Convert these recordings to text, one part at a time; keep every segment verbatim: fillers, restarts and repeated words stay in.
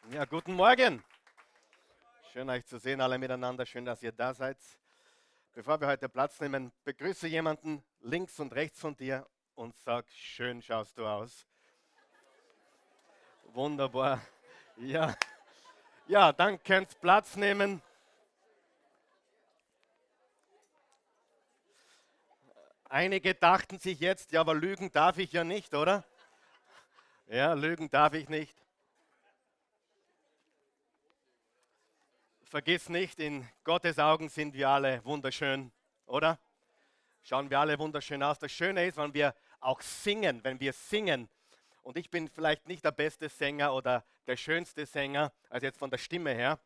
Ja, guten Morgen. Schön euch zu sehen, alle miteinander. Schön, dass ihr da seid. Bevor wir heute Platz nehmen, begrüße jemanden links und rechts von dir und sag, schön schaust du aus. Wunderbar. Ja, ja, dann könnt ihr Platz nehmen. Einige dachten sich jetzt, ja, aber lügen darf ich ja nicht, oder? Ja, lügen darf ich nicht. Vergiss nicht, in Gottes Augen sind wir alle wunderschön, oder? Schauen wir alle wunderschön aus. Das Schöne ist, wenn wir auch singen, wenn wir singen. Und ich bin vielleicht nicht der beste Sänger oder der schönste Sänger, also jetzt von der Stimme her.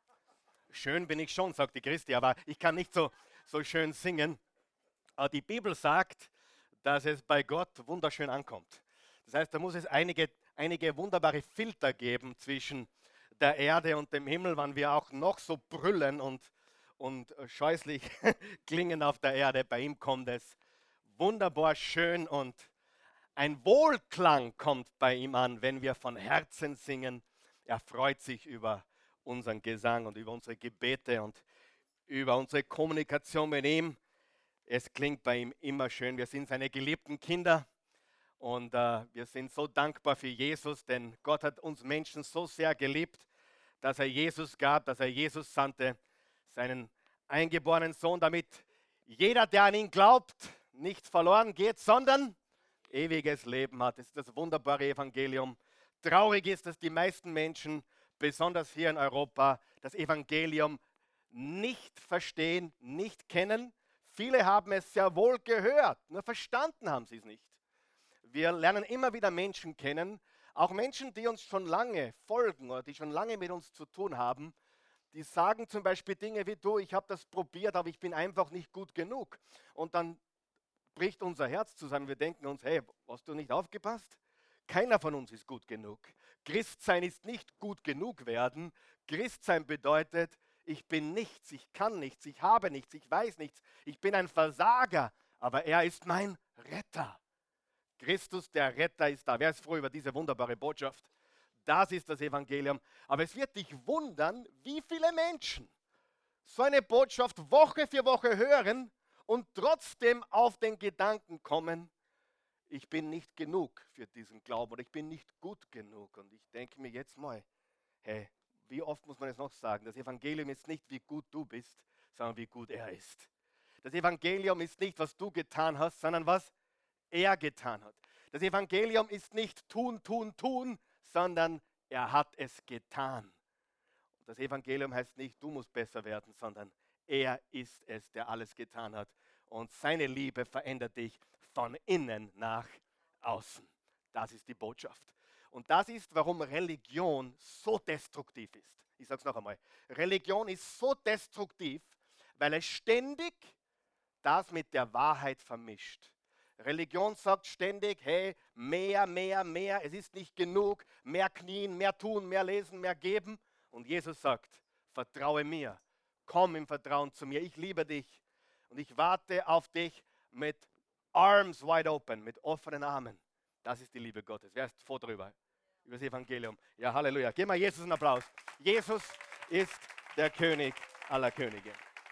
Schön bin ich schon, sagt die Christi, aber ich kann nicht so, so schön singen. Aber die Bibel sagt, dass es bei Gott wunderschön ankommt. Das heißt, da muss es einige, einige wunderbare Filter geben zwischen der Erde und dem Himmel, wenn wir auch noch so brüllen und, und scheußlich klingen auf der Erde. Bei ihm kommt es wunderbar schön und ein Wohlklang kommt bei ihm an, wenn wir von Herzen singen. Er freut sich über unseren Gesang und über unsere Gebete und über unsere Kommunikation mit ihm. Es klingt bei ihm immer schön. Wir sind seine geliebten Kinder und äh, wir sind so dankbar für Jesus, denn Gott hat uns Menschen so sehr geliebt, dass er Jesus gab, dass er Jesus sandte, seinen eingeborenen Sohn, damit jeder, der an ihn glaubt, nicht verloren geht, sondern ewiges Leben hat. Das ist das wunderbare Evangelium. Traurig ist, dass die meisten Menschen, besonders hier in Europa, das Evangelium nicht verstehen, nicht kennen. Viele haben es sehr wohl gehört, nur verstanden haben sie es nicht. Wir lernen immer wieder Menschen kennen, auch Menschen, die uns schon lange folgen oder die schon lange mit uns zu tun haben, die sagen zum Beispiel Dinge wie du, ich habe das probiert, aber ich bin einfach nicht gut genug. Und dann bricht unser Herz zusammen. Wir denken uns, hey, hast du nicht aufgepasst? Keiner von uns ist gut genug. Christsein ist nicht gut genug werden. Christsein bedeutet, ich bin nichts, ich kann nichts, ich habe nichts, ich weiß nichts, ich bin ein Versager, aber er ist mein Retter. Christus, der Retter, ist da. Wer ist froh über diese wunderbare Botschaft? Das ist das Evangelium. Aber es wird dich wundern, wie viele Menschen so eine Botschaft Woche für Woche hören und trotzdem auf den Gedanken kommen, ich bin nicht genug für diesen Glauben oder ich bin nicht gut genug. Und ich denke mir jetzt mal, hey, wie oft muss man es noch sagen? Das Evangelium ist nicht, wie gut du bist, sondern wie gut er ist. Das Evangelium ist nicht, was du getan hast, sondern was er getan hat. Das Evangelium ist nicht tun, tun, tun, sondern er hat es getan. Das Evangelium heißt nicht, du musst besser werden, sondern er ist es, der alles getan hat. Und seine Liebe verändert dich von innen nach außen. Das ist die Botschaft. Und das ist, warum Religion so destruktiv ist. Ich sage es noch einmal. Religion ist so destruktiv, weil es ständig das mit der Wahrheit vermischt. Religion sagt ständig, hey, mehr, mehr, mehr, es ist nicht genug, mehr knien, mehr tun, mehr lesen, mehr geben. Und Jesus sagt, vertraue mir, komm im Vertrauen zu mir, ich liebe dich und ich warte auf dich mit arms wide open, mit offenen Armen. Das ist die Liebe Gottes. Wer ist froh darüber? Über das Evangelium. Ja, Halleluja. Gib mal Jesus einen Applaus. Jesus ist der König aller Könige.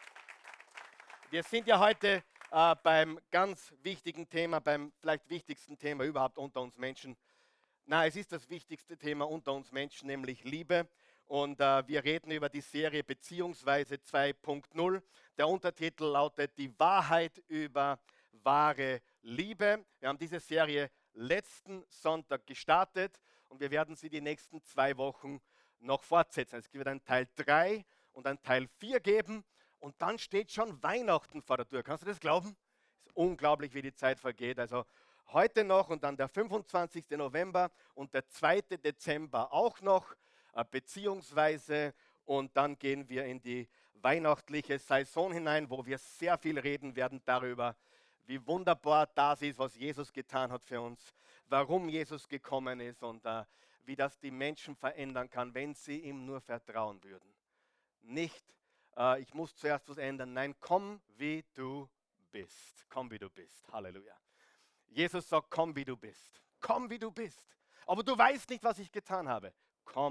Wir sind ja heute äh, beim ganz wichtigen Thema, beim vielleicht wichtigsten Thema überhaupt unter uns Menschen. Na, es ist das wichtigste Thema unter uns Menschen, nämlich Liebe. Und äh, wir reden über die Serie Beziehungsweise zwei Punkt null. Der Untertitel lautet Die Wahrheit über wahre Liebe. Wir haben diese Serie letzten Sonntag gestartet und wir werden sie die nächsten zwei Wochen noch fortsetzen. Es wird einen Teil drei und einen Teil vier geben. Und dann steht schon Weihnachten vor der Tür. Kannst du das glauben? Es ist unglaublich, wie die Zeit vergeht. Also heute noch und dann der fünfundzwanzigste November und der zweite Dezember auch noch, äh, beziehungsweise und dann gehen wir in die weihnachtliche Saison hinein, wo wir sehr viel reden werden darüber, wie wunderbar das ist, was Jesus getan hat für uns, warum Jesus gekommen ist und äh, wie das die Menschen verändern kann, wenn sie ihm nur vertrauen würden. Nicht äh, ich muss zuerst was ändern. Nein, komm wie du bist. Komm wie du bist. Halleluja. Jesus sagt, komm wie du bist. Komm wie du bist. Aber du weißt nicht, was ich getan habe. Komm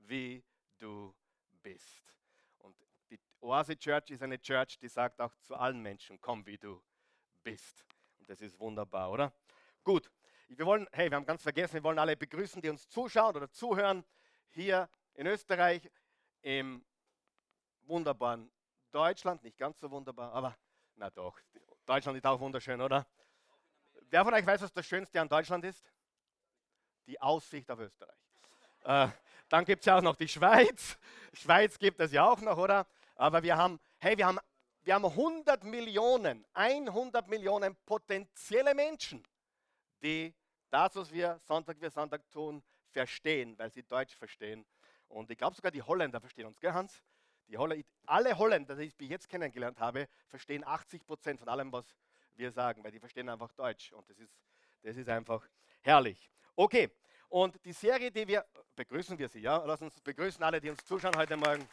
wie du bist. Und die Oase Church ist eine Church, die sagt auch zu allen Menschen, komm wie du bist. Und das ist wunderbar, oder? Gut, wir wollen, hey, wir haben ganz vergessen, wir wollen alle begrüßen, die uns zuschauen oder zuhören, hier in Österreich, im wunderbaren Deutschland, nicht ganz so wunderbar, aber na doch, Deutschland ist auch wunderschön, oder? Wer von euch weiß, was das Schönste an Deutschland ist? Die Aussicht auf Österreich. Äh, dann gibt es ja auch noch die Schweiz. Schweiz gibt es ja auch noch, oder? Aber wir haben, hey, wir haben, wir haben hundert Millionen, hundert Millionen potenzielle Menschen, die das, was wir Sonntag für Sonntag tun, verstehen, weil sie Deutsch verstehen. Und ich glaube sogar die Holländer verstehen uns, gell Hans? Die Holl alle Holländer, die ich bis jetzt kennengelernt habe, verstehen achtzig Prozent von allem, was wir sagen, weil die verstehen einfach Deutsch. Und das ist, das ist einfach herrlich. Okay, und die Serie, die wir, begrüßen wir sie, ja? Lass uns begrüßen alle, die uns zuschauen heute Morgen.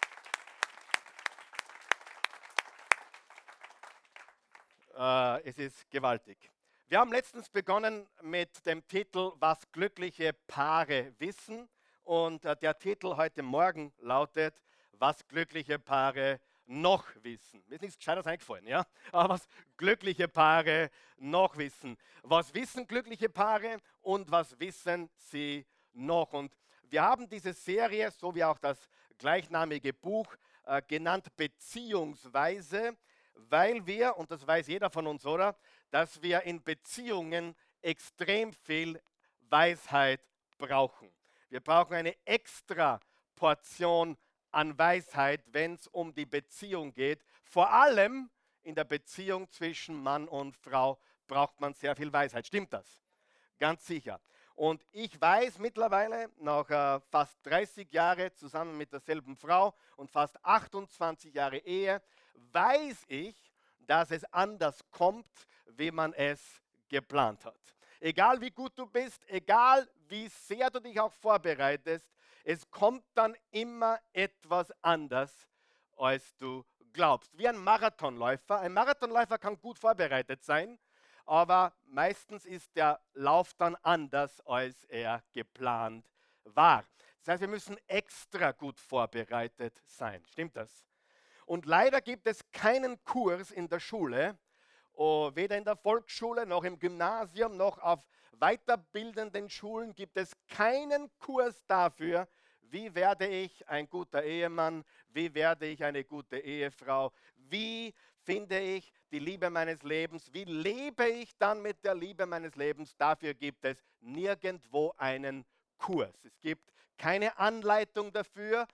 Äh, es ist gewaltig. Wir haben letztens begonnen mit dem Titel Was glückliche Paare wissen. Und äh, der Titel heute Morgen lautet Was glückliche Paare noch wissen. Mir ist nichts Gescheites eingefallen, ja? Aber was glückliche Paare noch wissen. Was wissen glückliche Paare und was wissen sie noch? Und wir haben diese Serie, so wie auch das gleichnamige Buch, äh, genannt Beziehungsweise, weil wir, und das weiß jeder von uns, oder, dass wir in Beziehungen extrem viel Weisheit brauchen. Wir brauchen eine extra Portion an Weisheit, wenn es um die Beziehung geht. Vor allem in der Beziehung zwischen Mann und Frau braucht man sehr viel Weisheit. Stimmt das? Ganz sicher. Und ich weiß mittlerweile, nach äh, fast dreißig Jahren zusammen mit derselben Frau und fast achtundzwanzig Jahre Ehe, weiß ich, dass es anders kommt, wie man es geplant hat. Egal wie gut du bist, egal wie sehr du dich auch vorbereitest, es kommt dann immer etwas anders, als du glaubst. Wie ein Marathonläufer. Ein Marathonläufer kann gut vorbereitet sein, aber meistens ist der Lauf dann anders, als er geplant war. Das heißt, wir müssen extra gut vorbereitet sein. Stimmt das? Und leider gibt es keinen Kurs in der Schule, oh, weder in der Volksschule noch im Gymnasium noch auf weiterbildenden Schulen gibt es keinen Kurs dafür, wie werde ich ein guter Ehemann, wie werde ich eine gute Ehefrau, wie finde ich die Liebe meines Lebens, wie lebe ich dann mit der Liebe meines Lebens. Dafür gibt es nirgendwo einen Kurs. Es gibt keine Anleitung dafür,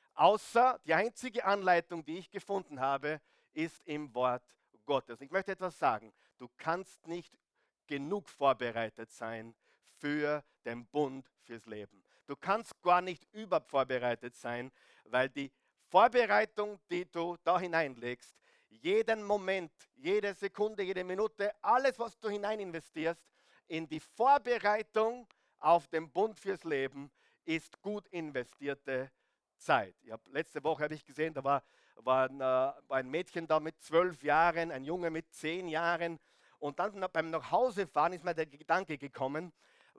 außer die einzige Anleitung, die ich gefunden habe, ist im Wort Gottes. Ich möchte etwas sagen. Du kannst nicht genug vorbereitet sein für den Bund fürs Leben. Du kannst gar nicht übervorbereitet sein, weil die Vorbereitung, die du da hineinlegst, jeden Moment, jede Sekunde, jede Minute, alles, was du hinein investierst in die Vorbereitung auf den Bund fürs Leben, ist gut investierte Zeit. Ich hab, letzte Woche habe ich gesehen, da war, war, ein, äh, war ein Mädchen da mit zwölf Jahren, ein Junge mit zehn Jahren. Und dann beim Nachhausefahren ist mir der Gedanke gekommen,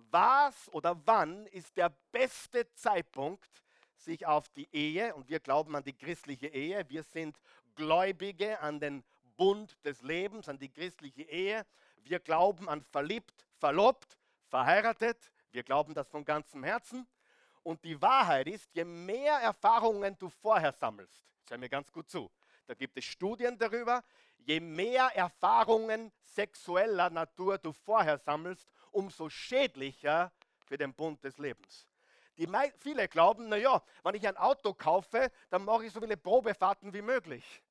was oder wann ist der beste Zeitpunkt, sich auf die Ehe, und wir glauben an die christliche Ehe, wir sind Gläubige an den Bund des Lebens, an die christliche Ehe, wir glauben an verliebt, verlobt, verheiratet, wir glauben das von ganzem Herzen. Und die Wahrheit ist, je mehr Erfahrungen du vorher sammelst, hör mir ganz gut zu, da gibt es Studien darüber, je mehr Erfahrungen sexueller Natur du vorher sammelst, umso schädlicher für den Bund des Lebens. Die viele glauben, naja, wenn ich ein Auto kaufe, dann mache ich so viele Probefahrten wie möglich.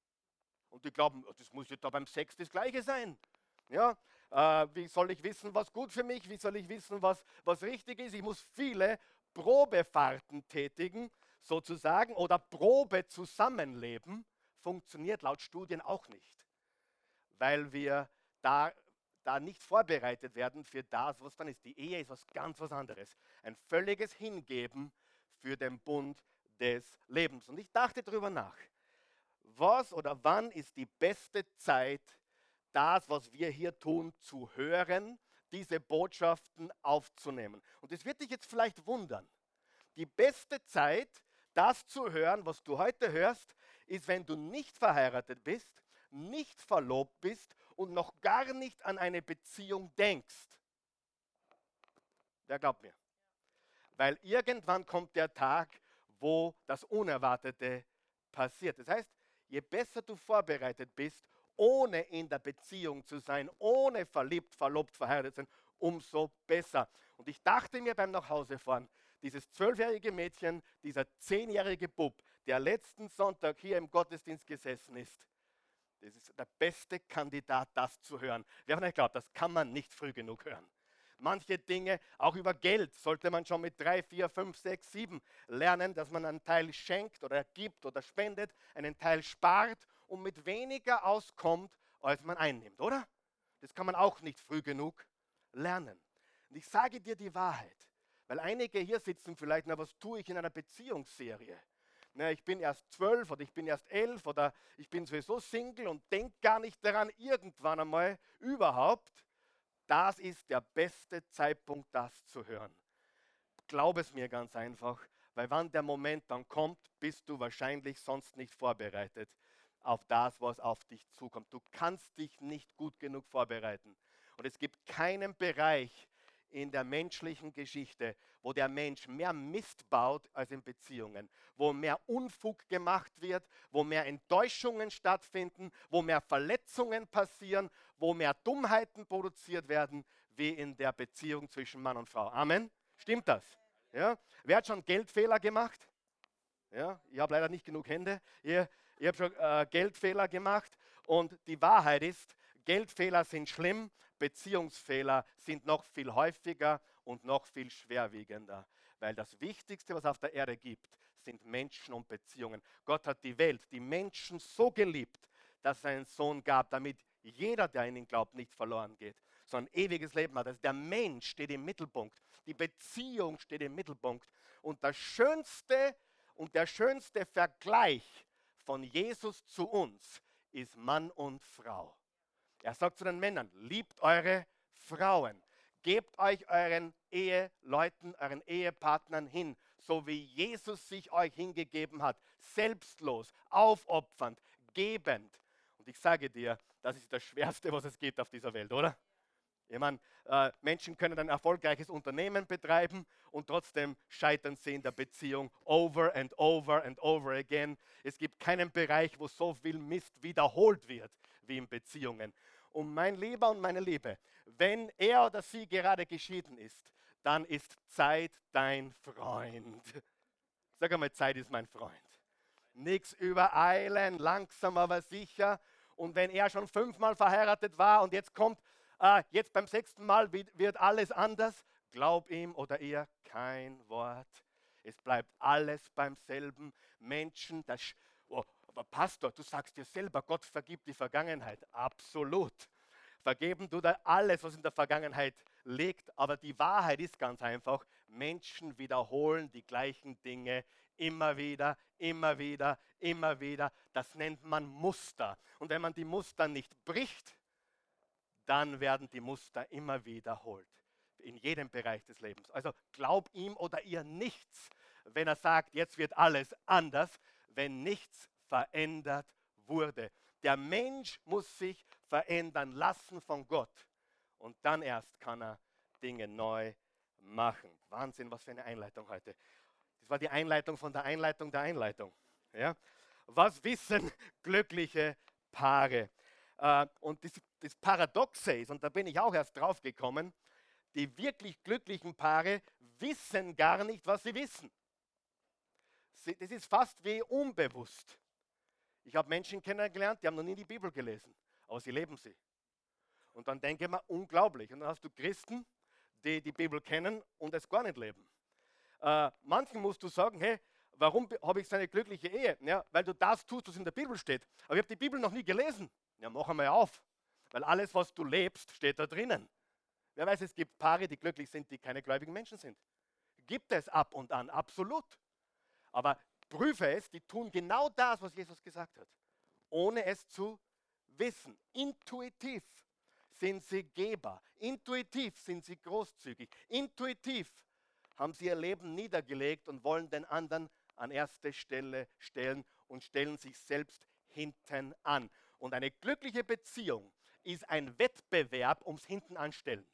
Und die glauben, das muss ja da beim Sex das Gleiche sein. Ja, äh, wie soll ich wissen, was gut für mich, wie soll ich wissen, was, was richtig ist? Ich muss viele Probefahrten tätigen, sozusagen, oder Probe zusammenleben, funktioniert laut Studien auch nicht, weil wir da, da nicht vorbereitet werden für das, was dann ist. Die Ehe ist was ganz was anderes. Ein völliges Hingeben für den Bund des Lebens. Und ich dachte darüber nach, was oder wann ist die beste Zeit, das, was wir hier tun, zu hören, diese Botschaften aufzunehmen. Und es wird dich jetzt vielleicht wundern, Die beste Zeit, das zu hören, was du heute hörst, ist, wenn du nicht verheiratet bist, nicht verlobt bist und noch gar nicht an eine Beziehung denkst. Wer glaubt mir? Weil irgendwann kommt der Tag, wo das Unerwartete passiert. Das heißt, je besser du vorbereitet bist, ohne in der Beziehung zu sein, ohne verliebt, verlobt, verheiratet zu sein, umso besser. Und ich dachte mir beim Nachhausefahren, dieses zwölfjährige Mädchen, dieser zehnjährige Bub, der letzten Sonntag hier im Gottesdienst gesessen ist, das ist der beste Kandidat, das zu hören. Wer von euch glaubt, das kann man nicht früh genug hören. Manche Dinge, auch über Geld, sollte man schon mit drei, vier, fünf, sechs, sieben lernen, dass man einen Teil schenkt oder gibt oder spendet, einen Teil spart und mit weniger auskommt, als man einnimmt, oder? Das kann man auch nicht früh genug lernen. Und ich sage dir die Wahrheit, weil einige hier sitzen vielleicht, na, was tue ich in einer Beziehungsserie? Na, ich bin erst zwölf oder ich bin erst elf oder ich bin sowieso Single und denke gar nicht daran, irgendwann einmal überhaupt. Das ist der beste Zeitpunkt, das zu hören. Glaub es mir ganz einfach, weil wann der Moment dann kommt, bist du wahrscheinlich sonst nicht vorbereitet auf das, was auf dich zukommt. Du kannst dich nicht gut genug vorbereiten. Und es gibt keinen Bereich in der menschlichen Geschichte, wo der Mensch mehr Mist baut als in Beziehungen, wo mehr Unfug gemacht wird, wo mehr Enttäuschungen stattfinden, wo mehr Verletzungen passieren, wo mehr Dummheiten produziert werden, wie in der Beziehung zwischen Mann und Frau. Amen? Stimmt das? Ja? Wer hat schon Geldfehler gemacht? Ja? Ich habe leider nicht genug Hände. Ich, ich habe schon äh, Geldfehler gemacht und die Wahrheit ist, Geldfehler sind schlimm, Beziehungsfehler sind noch viel häufiger und noch viel schwerwiegender. Weil das Wichtigste, was auf der Erde gibt, sind Menschen und Beziehungen. Gott hat die Welt, die Menschen so geliebt, dass er einen Sohn gab, damit jeder, der an ihn glaubt, nicht verloren geht, sondern ein ewiges Leben hat. Also der Mensch steht im Mittelpunkt, die Beziehung steht im Mittelpunkt. Und das schönste und der schönste Vergleich von Jesus zu uns ist Mann und Frau. Er sagt zu den Männern, liebt eure Frauen, gebt euch euren Eheleuten, euren Ehepartnern hin, so wie Jesus sich euch hingegeben hat, selbstlos, aufopfernd, gebend. Und ich sage dir, das ist das Schwerste, was es gibt auf dieser Welt, oder? Ich meine, äh, Menschen können ein erfolgreiches Unternehmen betreiben und trotzdem scheitern sie in der Beziehung over and over and over again. Es gibt keinen Bereich, wo so viel Mist wiederholt wird wie in Beziehungen. Und mein Lieber und meine Liebe, wenn er oder sie gerade geschieden ist, dann ist Zeit dein Freund. Sag einmal, Zeit ist mein Freund. Nichts übereilen, langsam aber sicher. Und wenn er schon fünfmal verheiratet war und jetzt kommt, äh, jetzt beim sechsten Mal wird alles anders, glaub ihm oder ihr kein Wort. Es bleibt alles beim selben Menschen. Das, oh, aber Pastor, du sagst dir selber, Gott vergibt die Vergangenheit. Absolut. Vergeben tut er alles, was in der Vergangenheit liegt. Aber die Wahrheit ist ganz einfach, Menschen wiederholen die gleichen Dinge immer wieder, immer wieder, immer wieder. Das nennt man Muster. Und wenn man die Muster nicht bricht, dann werden die Muster immer wiederholt. In jedem Bereich des Lebens. Also glaub ihm oder ihr nichts, wenn er sagt, jetzt wird alles anders, wenn nichts verändert wurde. Der Mensch muss sich verändern lassen von Gott. Und dann erst kann er Dinge neu machen. Wahnsinn, was für eine Einleitung heute. Das war die Einleitung von der Einleitung der Einleitung. Ja? Was wissen glückliche Paare? Äh, und das, das Paradoxe ist, und da bin ich auch erst drauf gekommen, die wirklich glücklichen Paare wissen gar nicht, was sie wissen. Das ist fast wie unbewusst. Ich habe Menschen kennengelernt, die haben noch nie die Bibel gelesen, aber sie leben sie. Und dann denke ich mir, unglaublich. Und dann hast du Christen, die die Bibel kennen und es gar nicht leben. Äh, manchen musst du sagen, hey, warum habe ich so eine glückliche Ehe? Ja, weil du das tust, was in der Bibel steht. Aber ich habe die Bibel noch nie gelesen. Ja, mach einmal auf. Weil alles, was du lebst, steht da drinnen. Wer weiß, es gibt Paare, die glücklich sind, die keine gläubigen Menschen sind. Gibt es ab und an, absolut. Aber prüfe es, die tun genau das, was Jesus gesagt hat, ohne es zu wissen. Intuitiv sind sie Geber, intuitiv sind sie großzügig, intuitiv haben sie ihr Leben niedergelegt und wollen den anderen an erste Stelle stellen und stellen sich selbst hinten an. Und eine glückliche Beziehung ist ein Wettbewerb ums Hintenanstellen.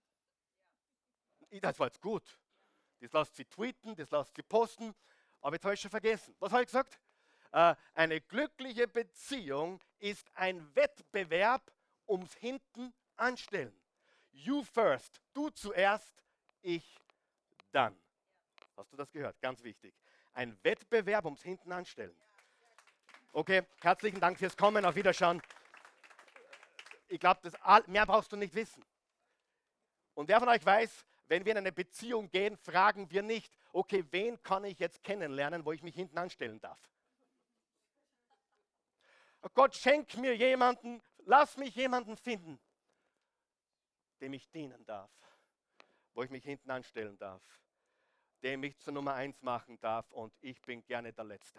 Das war jetzt gut. Das lasst sie tweeten, das lasst sie posten, aber jetzt habe ich schon vergessen. Was habe ich gesagt? Äh, eine glückliche Beziehung ist ein Wettbewerb ums Hintenanstellen. You first, du zuerst, ich dann. Hast du das gehört? Ganz wichtig. Ein Wettbewerb ums Hintenanstellen. Okay, herzlichen Dank fürs Kommen, auf Wiederschauen. Ich glaube, mehr brauchst du nicht wissen. Und wer von euch weiß, wenn wir in eine Beziehung gehen, fragen wir nicht, okay, wen kann ich jetzt kennenlernen, wo ich mich hinten anstellen darf? Gott, schenk mir jemanden, lass mich jemanden finden, dem ich dienen darf, wo ich mich hinten anstellen darf, dem ich zur Nummer eins machen darf und ich bin gerne der Letzte.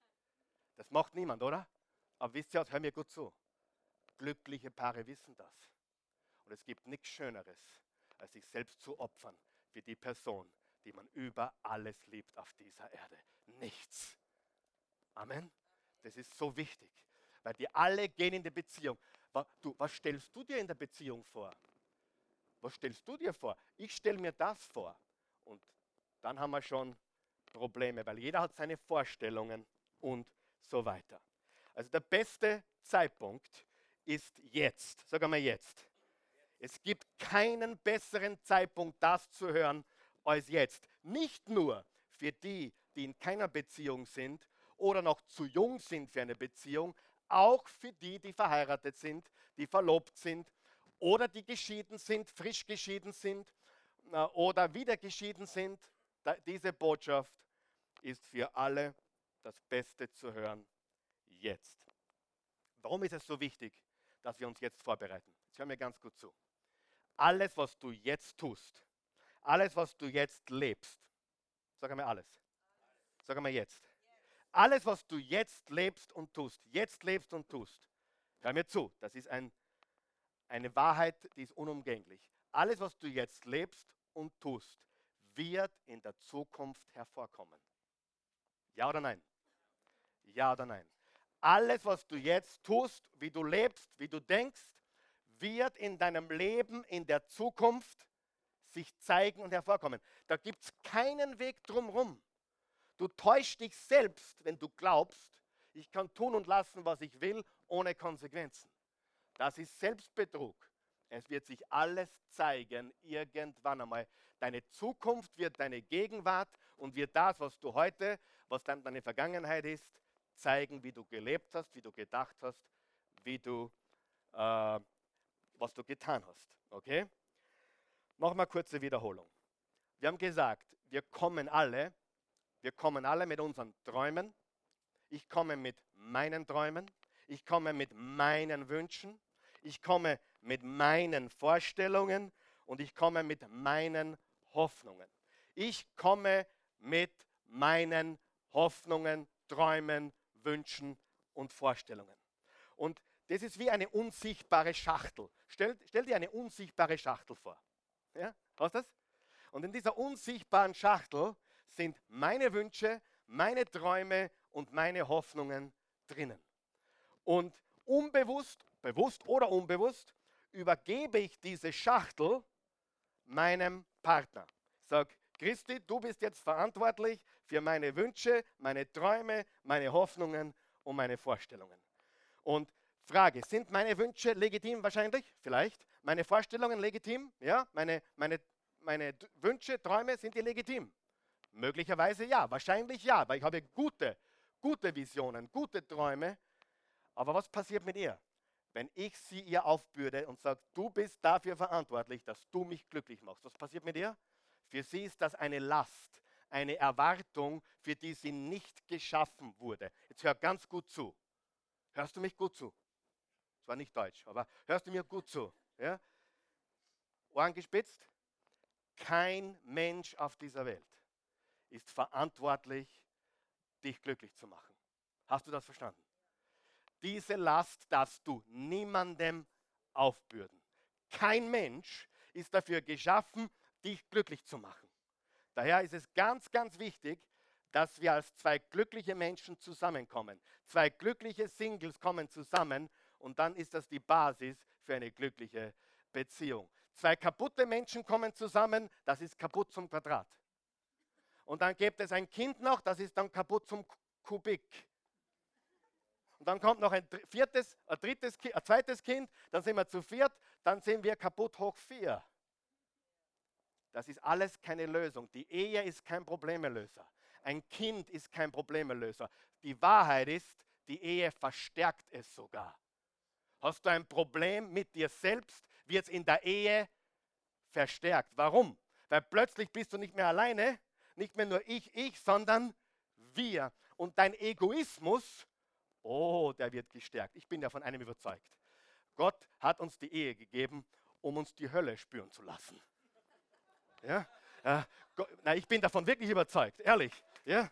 Das macht niemand, oder? Aber wisst ihr was, hör mir gut zu. Glückliche Paare wissen das. Und es gibt nichts Schöneres, als sich selbst zu opfern für die Person, die man über alles liebt auf dieser Erde. Nichts. Amen. Das ist so wichtig, weil die alle gehen in die Beziehung. Du, was stellst du dir in der Beziehung vor? Was stellst du dir vor? Ich stelle mir das vor. Und dann haben wir schon Probleme, weil jeder hat seine Vorstellungen und so weiter. Also der beste Zeitpunkt ist jetzt. Sag einmal jetzt. Es gibt keinen besseren Zeitpunkt, das zu hören, als jetzt. Nicht nur für die, die in keiner Beziehung sind oder noch zu jung sind für eine Beziehung, auch für die, die verheiratet sind, die verlobt sind oder die geschieden sind, frisch geschieden sind äh, oder wieder geschieden sind. Da, diese Botschaft ist für alle das Beste zu hören jetzt. Warum ist es so wichtig, dass wir uns jetzt vorbereiten? Jetzt hör mir ganz gut zu. Alles, was du jetzt tust, alles, was du jetzt lebst, sag einmal alles. Sag einmal jetzt. Alles, was du jetzt lebst und tust, jetzt lebst und tust, hör mir zu, das ist ein, eine Wahrheit, die ist unumgänglich. Alles, was du jetzt lebst und tust, wird in der Zukunft hervorkommen. Ja oder nein? Ja oder nein? Alles, was du jetzt tust, wie du lebst, wie du denkst, wird in deinem Leben in der Zukunft sich zeigen und hervorkommen. Da gibt es keinen Weg drumherum. Du täuschst dich selbst, wenn du glaubst, ich kann tun und lassen, was ich will, ohne Konsequenzen. Das ist Selbstbetrug. Es wird sich alles zeigen, irgendwann einmal. Deine Zukunft wird deine Gegenwart und wird das, was du heute, was dann deine Vergangenheit ist, zeigen, wie du gelebt hast, wie du gedacht hast, wie du, äh, was du getan hast. Okay? Nochmal kurze Wiederholung. Wir haben gesagt, wir kommen alle, wir kommen alle mit unseren Träumen. Ich komme mit meinen Träumen. Ich komme mit meinen Wünschen. Ich komme mit meinen Vorstellungen und ich komme mit meinen Hoffnungen. Ich komme mit meinen Hoffnungen, Träumen, Wünschen und Vorstellungen. Und das ist wie eine unsichtbare Schachtel. Stell, stell dir eine unsichtbare Schachtel vor. Ja, hast du das? Und in dieser unsichtbaren Schachtel sind meine Wünsche, meine Träume und meine Hoffnungen drinnen. Und unbewusst, bewusst oder unbewusst, übergebe ich diese Schachtel meinem Partner. Sag, Christi, du bist jetzt verantwortlich für meine Wünsche, meine Träume, meine Hoffnungen und meine Vorstellungen. Und Frage, sind meine Wünsche legitim wahrscheinlich? Vielleicht. Meine Vorstellungen legitim? Ja, meine, meine, meine Wünsche, Träume, sind die legitim? Möglicherweise ja, wahrscheinlich ja, weil ich habe gute, gute Visionen, gute Träume. Aber was passiert mit ihr, wenn ich sie ihr aufbürde und sage, du bist dafür verantwortlich, dass du mich glücklich machst? Was passiert mit ihr? Für sie ist das eine Last, eine Erwartung, für die sie nicht geschaffen wurde. Jetzt hör ganz gut zu. Hörst du mich gut zu? Das war nicht Deutsch, aber hörst du mir gut zu? Ja? Ohren gespitzt? Kein Mensch auf dieser Welt ist verantwortlich, dich glücklich zu machen. Hast du das verstanden? Diese Last darfst du niemandem aufbürden. Kein Mensch ist dafür geschaffen, dich glücklich zu machen. Daher ist es ganz, ganz wichtig, dass wir als zwei glückliche Menschen zusammenkommen. Zwei glückliche Singles kommen zusammen und dann ist das die Basis für eine glückliche Beziehung. Zwei kaputte Menschen kommen zusammen, das ist kaputt zum Quadrat. Und dann gibt es ein Kind noch, das ist dann kaputt zum Kubik. Und dann kommt noch ein viertes, ein drittes, ein zweites Kind, dann sind wir zu viert, dann sind wir kaputt hoch vier. Das ist alles keine Lösung. Die Ehe ist kein Problemelöser. Ein Kind ist kein Problemelöser. Die Wahrheit ist, die Ehe verstärkt es sogar. Hast du ein Problem mit dir selbst, wird es in der Ehe verstärkt. Warum? Weil plötzlich bist du nicht mehr alleine, nicht mehr nur ich, ich, sondern wir. Und dein Egoismus, oh, der wird gestärkt. Ich bin ja von einem überzeugt. Gott hat uns die Ehe gegeben, um uns die Hölle spüren zu lassen. Ja? Äh, Gott, na, ich bin davon wirklich überzeugt, ehrlich. Ja?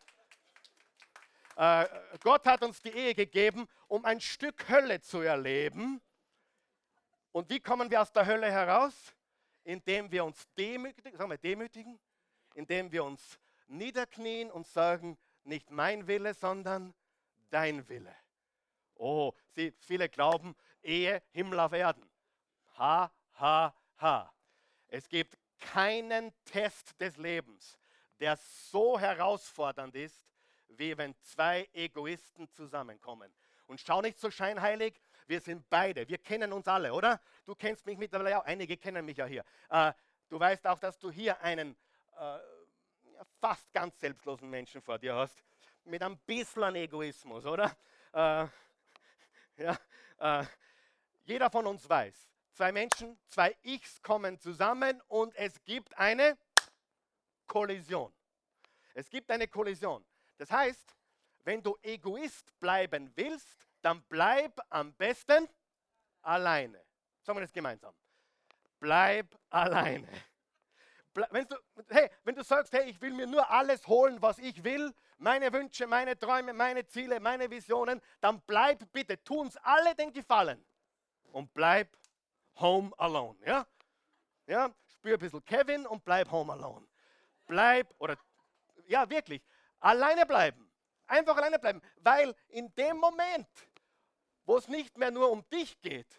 Äh, Gott hat uns die Ehe gegeben, um ein Stück Hölle zu erleben. Und wie kommen wir aus der Hölle heraus? Indem wir uns demütigen, sagen wir demütigen, indem wir uns niederknien und sagen, nicht mein Wille, sondern dein Wille. Oh, sie, viele glauben, Ehe, Himmel auf Erden. Ha, ha, ha. Es gibt keinen Test des Lebens, der so herausfordernd ist, wie wenn zwei Egoisten zusammenkommen. Und schau nicht so scheinheilig, wir sind beide, wir kennen uns alle, oder? Du kennst mich mittlerweile auch, einige kennen mich ja hier. Äh, du weißt auch, dass du hier einen äh, fast ganz selbstlosen Menschen vor dir hast, mit ein bisschen Egoismus, oder? Äh, ja, äh, jeder von uns weiß, zwei Menschen, zwei Ichs kommen zusammen und es gibt eine Kollision. Es gibt eine Kollision. Das heißt, wenn du Egoist bleiben willst, dann bleib am besten alleine. Sagen wir das gemeinsam. Bleib alleine. Ble wenn, du, hey, wenn du sagst, hey, ich will mir nur alles holen, was ich will, meine Wünsche, meine Träume, meine Ziele, meine Visionen, dann bleib bitte, tu uns alle den Gefallen und bleib home alone. Ja? Ja? Spür ein bisschen Kevin und bleib home alone. Bleib, oder ja wirklich, alleine bleiben. Einfach alleine bleiben, weil in dem Moment, wo es nicht mehr nur um dich geht,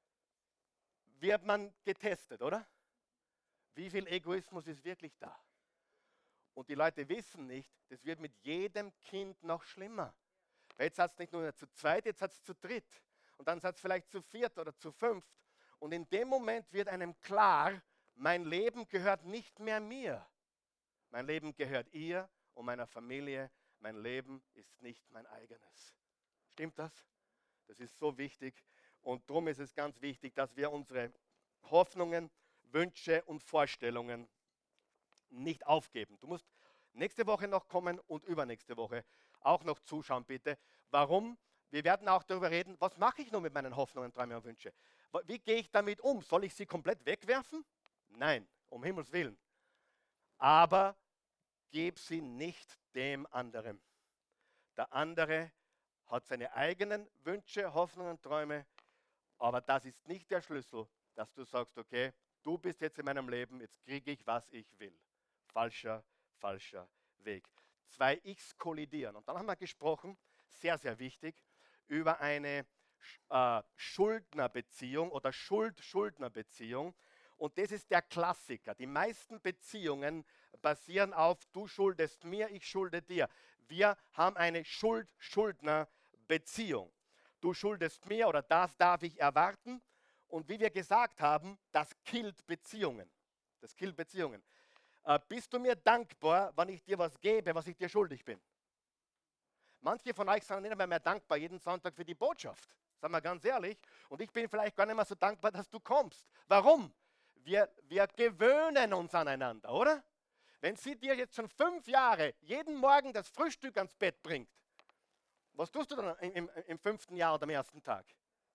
wird man getestet, oder? Wie viel Egoismus ist wirklich da? Und die Leute wissen nicht, das wird mit jedem Kind noch schlimmer. Weil jetzt hat es nicht nur zu zweit, jetzt hat es zu dritt. Und dann hat es vielleicht zu viert oder zu fünft. Und in dem Moment wird einem klar, mein Leben gehört nicht mehr mir. Mein Leben gehört ihr und meiner Familie. Mein Leben ist nicht mein eigenes. Stimmt das? Das ist so wichtig. Und darum ist es ganz wichtig, dass wir unsere Hoffnungen, Wünsche und Vorstellungen nicht aufgeben. Du musst nächste Woche noch kommen und übernächste Woche auch noch zuschauen, bitte. Warum? Wir werden auch darüber reden, was mache ich nun mit meinen Hoffnungen, Träumen und Wünschen? Wie gehe ich damit um? Soll ich sie komplett wegwerfen? Nein, um Himmels Willen. Aber gib sie nicht dem anderen. Der andere hat seine eigenen Wünsche, Hoffnungen, Träume, aber das ist nicht der Schlüssel, dass du sagst, okay, du bist jetzt in meinem Leben, jetzt kriege ich, was ich will. Falscher, falscher Weg. Zwei Ichs kollidieren. Und dann haben wir gesprochen, sehr, sehr wichtig, über eine äh, Schuldnerbeziehung oder Schuld-Schuldner-Beziehung. Und das ist der Klassiker. Die meisten Beziehungen basieren auf, du schuldest mir, ich schulde dir. Wir haben eine Schuld-Schuldner-Beziehung. Du schuldest mir oder das darf ich erwarten. Und wie wir gesagt haben, das killt Beziehungen. Das killt Beziehungen. Äh, bist du mir dankbar, wenn ich dir was gebe, was ich dir schuldig bin? Manche von euch sind nicht mehr, mehr dankbar jeden Sonntag für die Botschaft. Sagen wir ganz ehrlich. Und ich bin vielleicht gar nicht mehr so dankbar, dass du kommst. Warum? Wir, wir gewöhnen uns aneinander, oder? Wenn sie dir jetzt schon fünf Jahre jeden Morgen das Frühstück ans Bett bringt, was tust du dann im, im, im fünften Jahr oder am ersten Tag?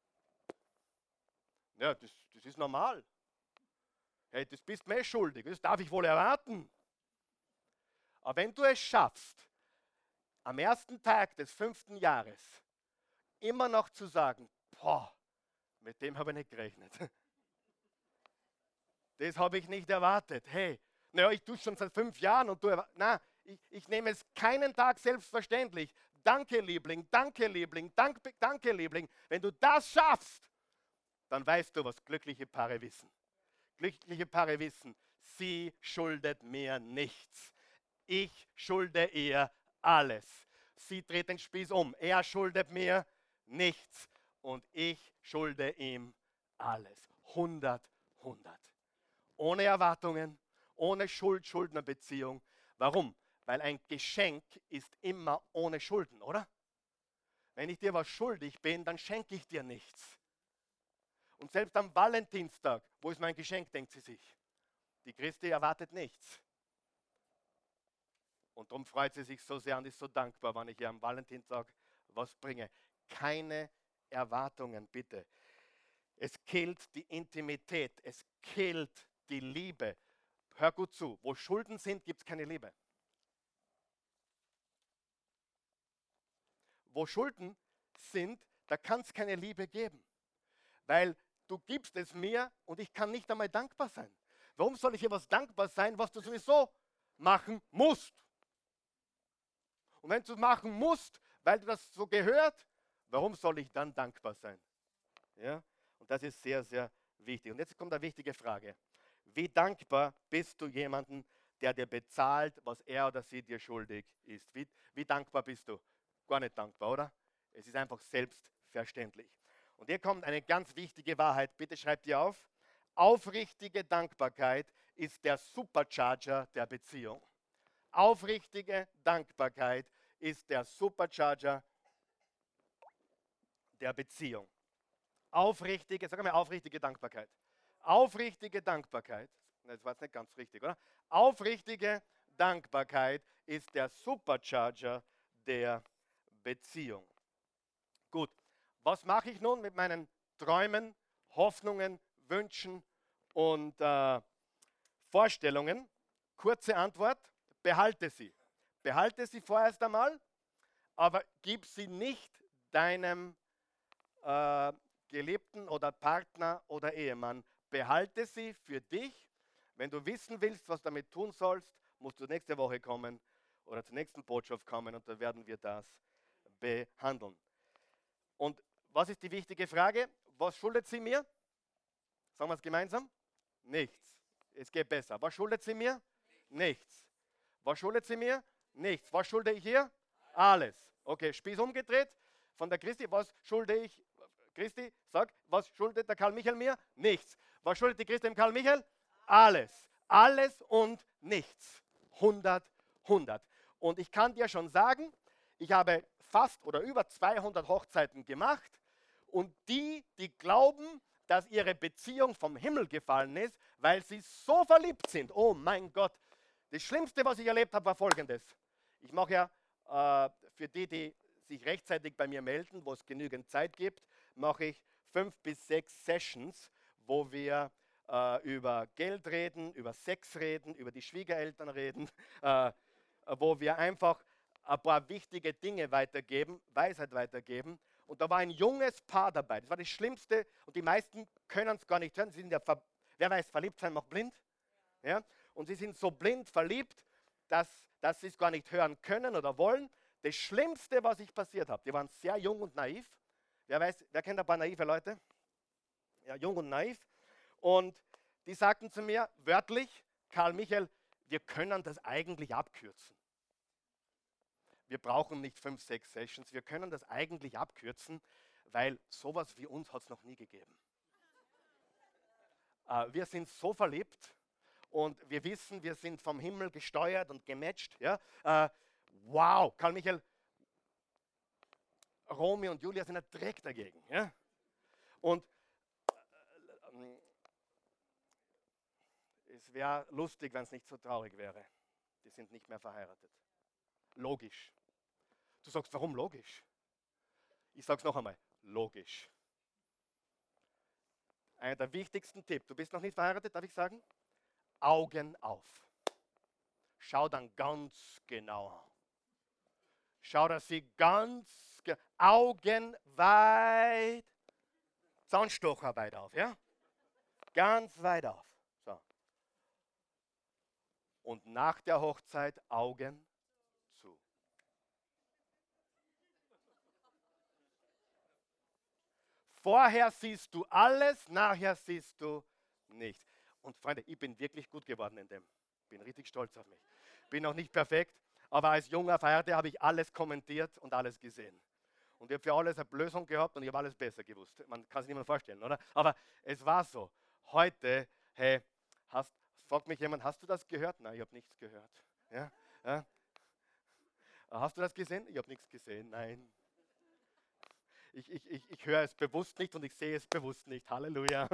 Ja, das, das ist normal. Hey, das bist mir schuldig, das darf ich wohl erwarten. Aber wenn du es schaffst, am ersten Tag des fünften Jahres immer noch zu sagen, boah, mit dem habe ich nicht gerechnet. Das habe ich nicht erwartet. Hey, Naja, ich tue es schon seit fünf Jahren und du, erwa- na, ich, ich nehme es keinen Tag selbstverständlich. Danke, Liebling, danke, Liebling, danke, danke, Liebling. Wenn du das schaffst, dann weißt du, was glückliche Paare wissen. Glückliche Paare wissen, sie schuldet mir nichts. Ich schulde ihr alles. Sie dreht den Spieß um. Er schuldet mir nichts und ich schulde ihm alles. hundert, hundert. Ohne Erwartungen, ohne Schuld-Schuldner-Beziehung. Warum? Weil ein Geschenk ist immer ohne Schulden, oder? Wenn ich dir was schuldig bin, dann schenke ich dir nichts. Und selbst am Valentinstag, wo ist mein Geschenk, denkt sie sich. Die Christi erwartet nichts. Und darum freut sie sich so sehr und ist so dankbar, wenn ich ihr am Valentinstag was bringe. Keine Erwartungen, bitte. Es killt die Intimität, es killt die Liebe. Hör gut zu, wo Schulden sind, gibt es keine Liebe. Wo Schulden sind, da kann es keine Liebe geben. Weil du gibst es mir und ich kann nicht einmal dankbar sein. Warum soll ich etwas dankbar sein, was du sowieso machen musst? Und wenn du es machen musst, weil du das so gehört, warum soll ich dann dankbar sein? Ja? Und das ist sehr, sehr wichtig. Und jetzt kommt eine wichtige Frage. Wie dankbar bist du jemandem, der dir bezahlt, was er oder sie dir schuldig ist? Wie, wie dankbar bist du? Gar nicht dankbar, oder? Es ist einfach selbstverständlich. Und hier kommt eine ganz wichtige Wahrheit. Bitte schreibt die auf. Aufrichtige Dankbarkeit ist der Supercharger der Beziehung. Aufrichtige Dankbarkeit ist der Supercharger der Beziehung. Aufrichtige, sag mal aufrichtige Dankbarkeit. Aufrichtige Dankbarkeit, das war jetzt nicht ganz richtig, oder? Aufrichtige Dankbarkeit ist der Supercharger der Beziehung. Gut, was mache ich nun mit meinen Träumen, Hoffnungen, Wünschen und äh, Vorstellungen? Kurze Antwort, behalte sie. Behalte sie vorerst einmal, aber gib sie nicht deinem äh, Geliebten oder Partner oder Ehemann. Behalte sie für dich. Wenn du wissen willst, was du damit tun sollst, musst du nächste Woche kommen oder zur nächsten Botschaft kommen und da werden wir das behandeln. Und was ist die wichtige Frage? Was schuldet sie mir? Sagen wir es gemeinsam? Nichts. Es geht besser. Was schuldet sie mir? Nichts. Was schuldet sie mir? Nichts. Was schulde ich ihr? Alles. Okay, Spieß umgedreht. Von der Christi, was schulde ich? Christi, sag, was schuldet der Karl Michael mir? Nichts. Was schuldet die Christi dem Karl Michael? Alles. Alles und nichts. hundert, hundert. Und ich kann dir schon sagen, ich habe fast oder über zweihundert Hochzeiten gemacht und die, die glauben, dass ihre Beziehung vom Himmel gefallen ist, weil sie so verliebt sind. Oh mein Gott. Das Schlimmste, was ich erlebt habe, war Folgendes. Ich mache ja äh, für die, die sich rechtzeitig bei mir melden, wo es genügend Zeit gibt, mache ich fünf bis sechs Sessions, wo wir äh, über Geld reden, über Sex reden, über die Schwiegereltern reden, äh, wo wir einfach ein paar wichtige Dinge weitergeben, Weisheit weitergeben. Und da war ein junges Paar dabei. Das war das Schlimmste und die meisten können es gar nicht hören. Sie sind ja, ver wer weiß, verliebt sein macht blind. Ja? Und sie sind so blind verliebt, dass, dass sie es gar nicht hören können oder wollen. Das Schlimmste, was ich passiert habe, die waren sehr jung und naiv. Wer weiß, wer kennt ein paar naive Leute? Ja, jung und naiv. Und die sagten zu mir wörtlich, Karl Michael, wir können das eigentlich abkürzen. Wir brauchen nicht fünf, sechs Sessions, wir können das eigentlich abkürzen, weil sowas wie uns hat es noch nie gegeben. Äh, wir sind so verliebt und wir wissen, wir sind vom Himmel gesteuert und gematcht. Ja? Äh, wow, Karl Michael, Romy und Julia sind ein Dreck dagegen. Ja? Und äh, es wäre lustig, wenn es nicht so traurig wäre. Die sind nicht mehr verheiratet. Logisch. Du sagst, warum logisch? Ich sage es noch einmal, logisch. Einer der wichtigsten Tipps, du bist noch nicht verheiratet, darf ich sagen? Augen auf. Schau dann ganz genau. Schau, dass sie ganz, Augen weit, Zaunstocher weit auf, ja? Ganz weit auf. So. und nach der Hochzeit Augen zu. Vorher siehst du alles, nachher siehst du nichts. Und Freunde, ich bin wirklich gut geworden in dem. Bin richtig stolz auf mich. Bin noch nicht perfekt, aber als junger Feierter habe ich alles kommentiert und alles gesehen. Und ich habe für alles eine Lösung gehabt und ich habe alles besser gewusst. Man kann sich nicht mehr vorstellen, oder? Aber es war so. Heute, hey, hast, fragt mich jemand, hast du das gehört? Nein, ich habe nichts gehört. Ja? Ja? Hast du das gesehen? Ich habe nichts gesehen. Nein. Ich, ich, ich, ich höre es bewusst nicht und ich sehe es bewusst nicht. Halleluja.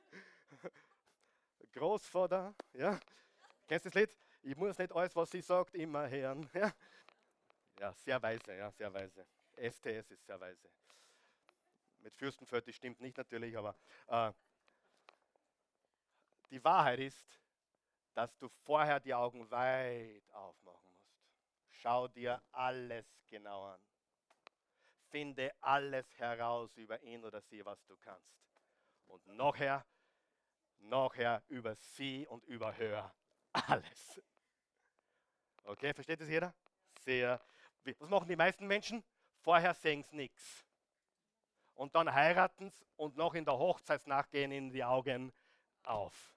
Großvater, ja? Kennst du das Lied? Ich muss nicht alles, was sie sagt, immer hören. Ja, ja, sehr weise, ja, sehr weise. S T S ist sehr weise. Mit Fürstenfeld, das stimmt nicht natürlich, aber äh, die Wahrheit ist, dass du vorher die Augen weit aufmachen musst. Schau dir alles genau an. Finde alles heraus über ihn oder sie, was du kannst. Und nachher, nachher über sie und überhör alles. Okay, versteht das jeder? Sehr. Was machen die meisten Menschen? Vorher sehen sie nichts. Und dann heiraten sie und noch in der Hochzeitsnacht gehen ihnen die Augen auf.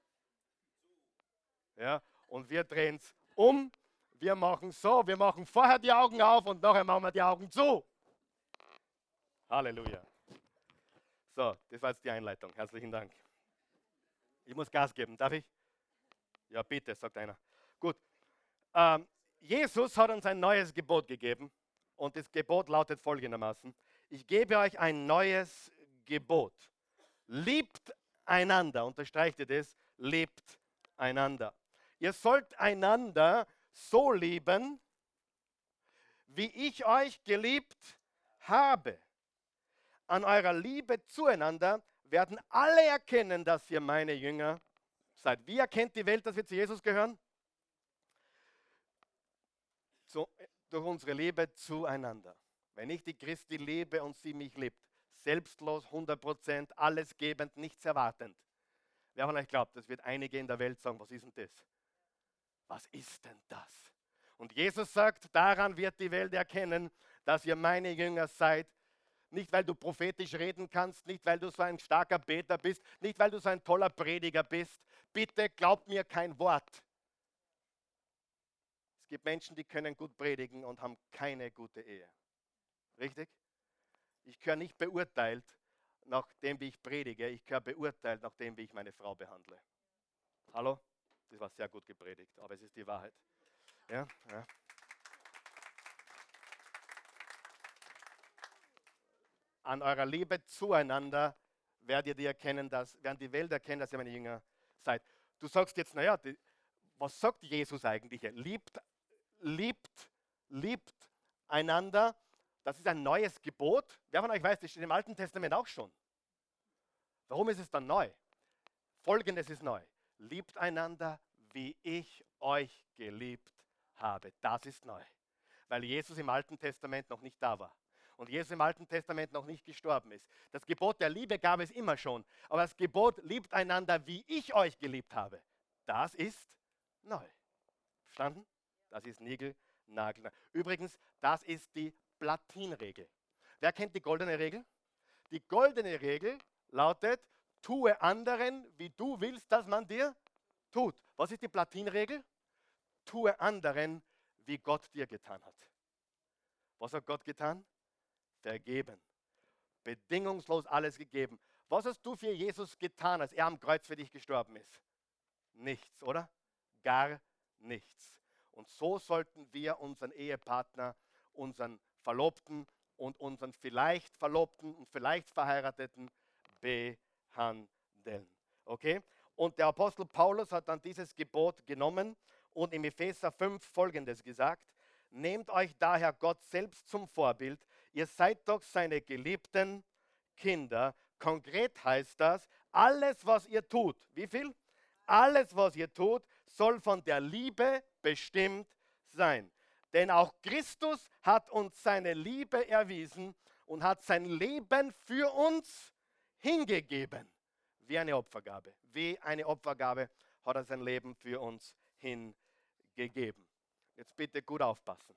Ja, und wir drehen es um. Wir machen so, wir machen vorher die Augen auf und nachher machen wir die Augen zu. Halleluja. So, das war jetzt die Einleitung. Herzlichen Dank. Ich muss Gas geben, darf ich? Ja, bitte, sagt einer. Gut. Ähm, Jesus hat uns ein neues Gebot gegeben und das Gebot lautet folgendermaßen: Ich gebe euch ein neues Gebot. Liebt einander, unterstreicht ihr das? Liebt einander. Ihr sollt einander so lieben, wie ich euch geliebt habe. An eurer Liebe zueinander werden alle erkennen, dass ihr meine Jünger seid. Wie erkennt die Welt, dass wir zu Jesus gehören? Zu, durch unsere Liebe zueinander. Wenn ich die Christi liebe und sie mich liebt, selbstlos, hundert Prozent, alles gebend, nichts erwartend. Wer von euch glaubt, das wird einige in der Welt sagen, was ist denn das? Was ist denn das? Und Jesus sagt, daran wird die Welt erkennen, dass ihr meine Jünger seid. Nicht, weil du prophetisch reden kannst, nicht, weil du so ein starker Beter bist, nicht, weil du so ein toller Prediger bist. Bitte glaub mir kein Wort. Es gibt Menschen, die können gut predigen und haben keine gute Ehe. Richtig? Ich gehöre nicht beurteilt nach dem, wie ich predige. Ich gehöre beurteilt nach dem, wie ich meine Frau behandle. Hallo? Das war sehr gut gepredigt, aber es ist die Wahrheit. Ja, ja. An eurer Liebe zueinander werdet ihr erkennen, dass, werden die Welt erkennen, dass ihr meine Jünger seid. Du sagst jetzt, naja, die, was sagt Jesus eigentlich? Liebt, liebt, liebt einander. Das ist ein neues Gebot. Wer von euch weiß, das steht im Alten Testament auch schon. Warum ist es dann neu? Folgendes ist neu. Liebt einander, wie ich euch geliebt habe. Das ist neu. Weil Jesus im Alten Testament noch nicht da war. Und Jesus im Alten Testament noch nicht gestorben ist. Das Gebot der Liebe gab es immer schon. Aber das Gebot, liebt einander, wie ich euch geliebt habe, das ist neu. Verstanden? Das ist Nigel, Nagel. Übrigens, das ist die Platinregel. Wer kennt die goldene Regel? Die goldene Regel lautet, tue anderen, wie du willst, dass man dir tut. Was ist die Platinregel? Tue anderen, wie Gott dir getan hat. Was hat Gott getan? Vergeben. Bedingungslos alles gegeben. Was hast du für Jesus getan, als er am Kreuz für dich gestorben ist? Nichts, oder? Gar nichts. Und so sollten wir unseren Ehepartner, unseren Verlobten und unseren vielleicht Verlobten und vielleicht Verheirateten behandeln. Okay? Und der Apostel Paulus hat dann dieses Gebot genommen und im Epheser fünf Folgendes gesagt: Nehmt euch daher Gott selbst zum Vorbild, ihr seid doch seine geliebten Kinder. Konkret heißt das, alles was ihr tut, wie viel? Alles was ihr tut, soll von der Liebe bestimmt sein. Denn auch Christus hat uns seine Liebe erwiesen und hat sein Leben für uns hingegeben. Wie eine Opfergabe. Wie eine Opfergabe hat er sein Leben für uns hingegeben. gegeben. Jetzt bitte gut aufpassen.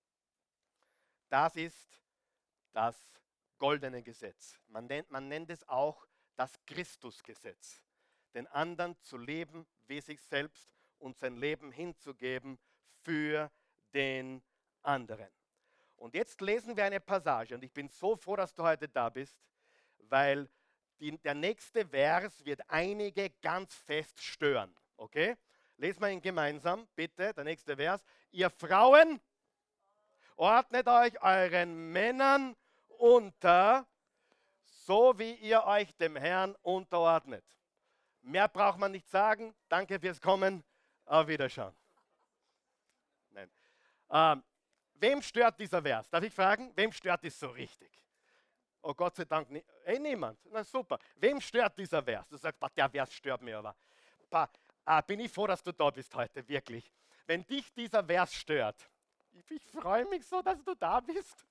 Das ist das goldene Gesetz. Man nennt, man nennt es auch das Christusgesetz. Den anderen zu leben wie sich selbst und sein Leben hinzugeben für den anderen. Und jetzt lesen wir eine Passage und ich bin so froh, dass du heute da bist, weil die, der nächste Vers wird einige ganz fest stören. Okay? Lesen wir ihn gemeinsam, bitte, der nächste Vers. Ihr Frauen, ordnet euch euren Männern unter, so wie ihr euch dem Herrn unterordnet. Mehr braucht man nicht sagen. Danke fürs Kommen. Auf Wiederschauen. Nein. Ähm, wem stört dieser Vers? Darf ich fragen? Wem stört es so richtig? Oh Gott sei Dank, nie, eh, niemand. Na super. Wem stört dieser Vers? Du sagst, der Vers stört mir aber. Pa, ah, bin ich froh, dass du da bist heute, wirklich. Wenn dich dieser Vers stört, ich, ich freue mich so, dass du da bist.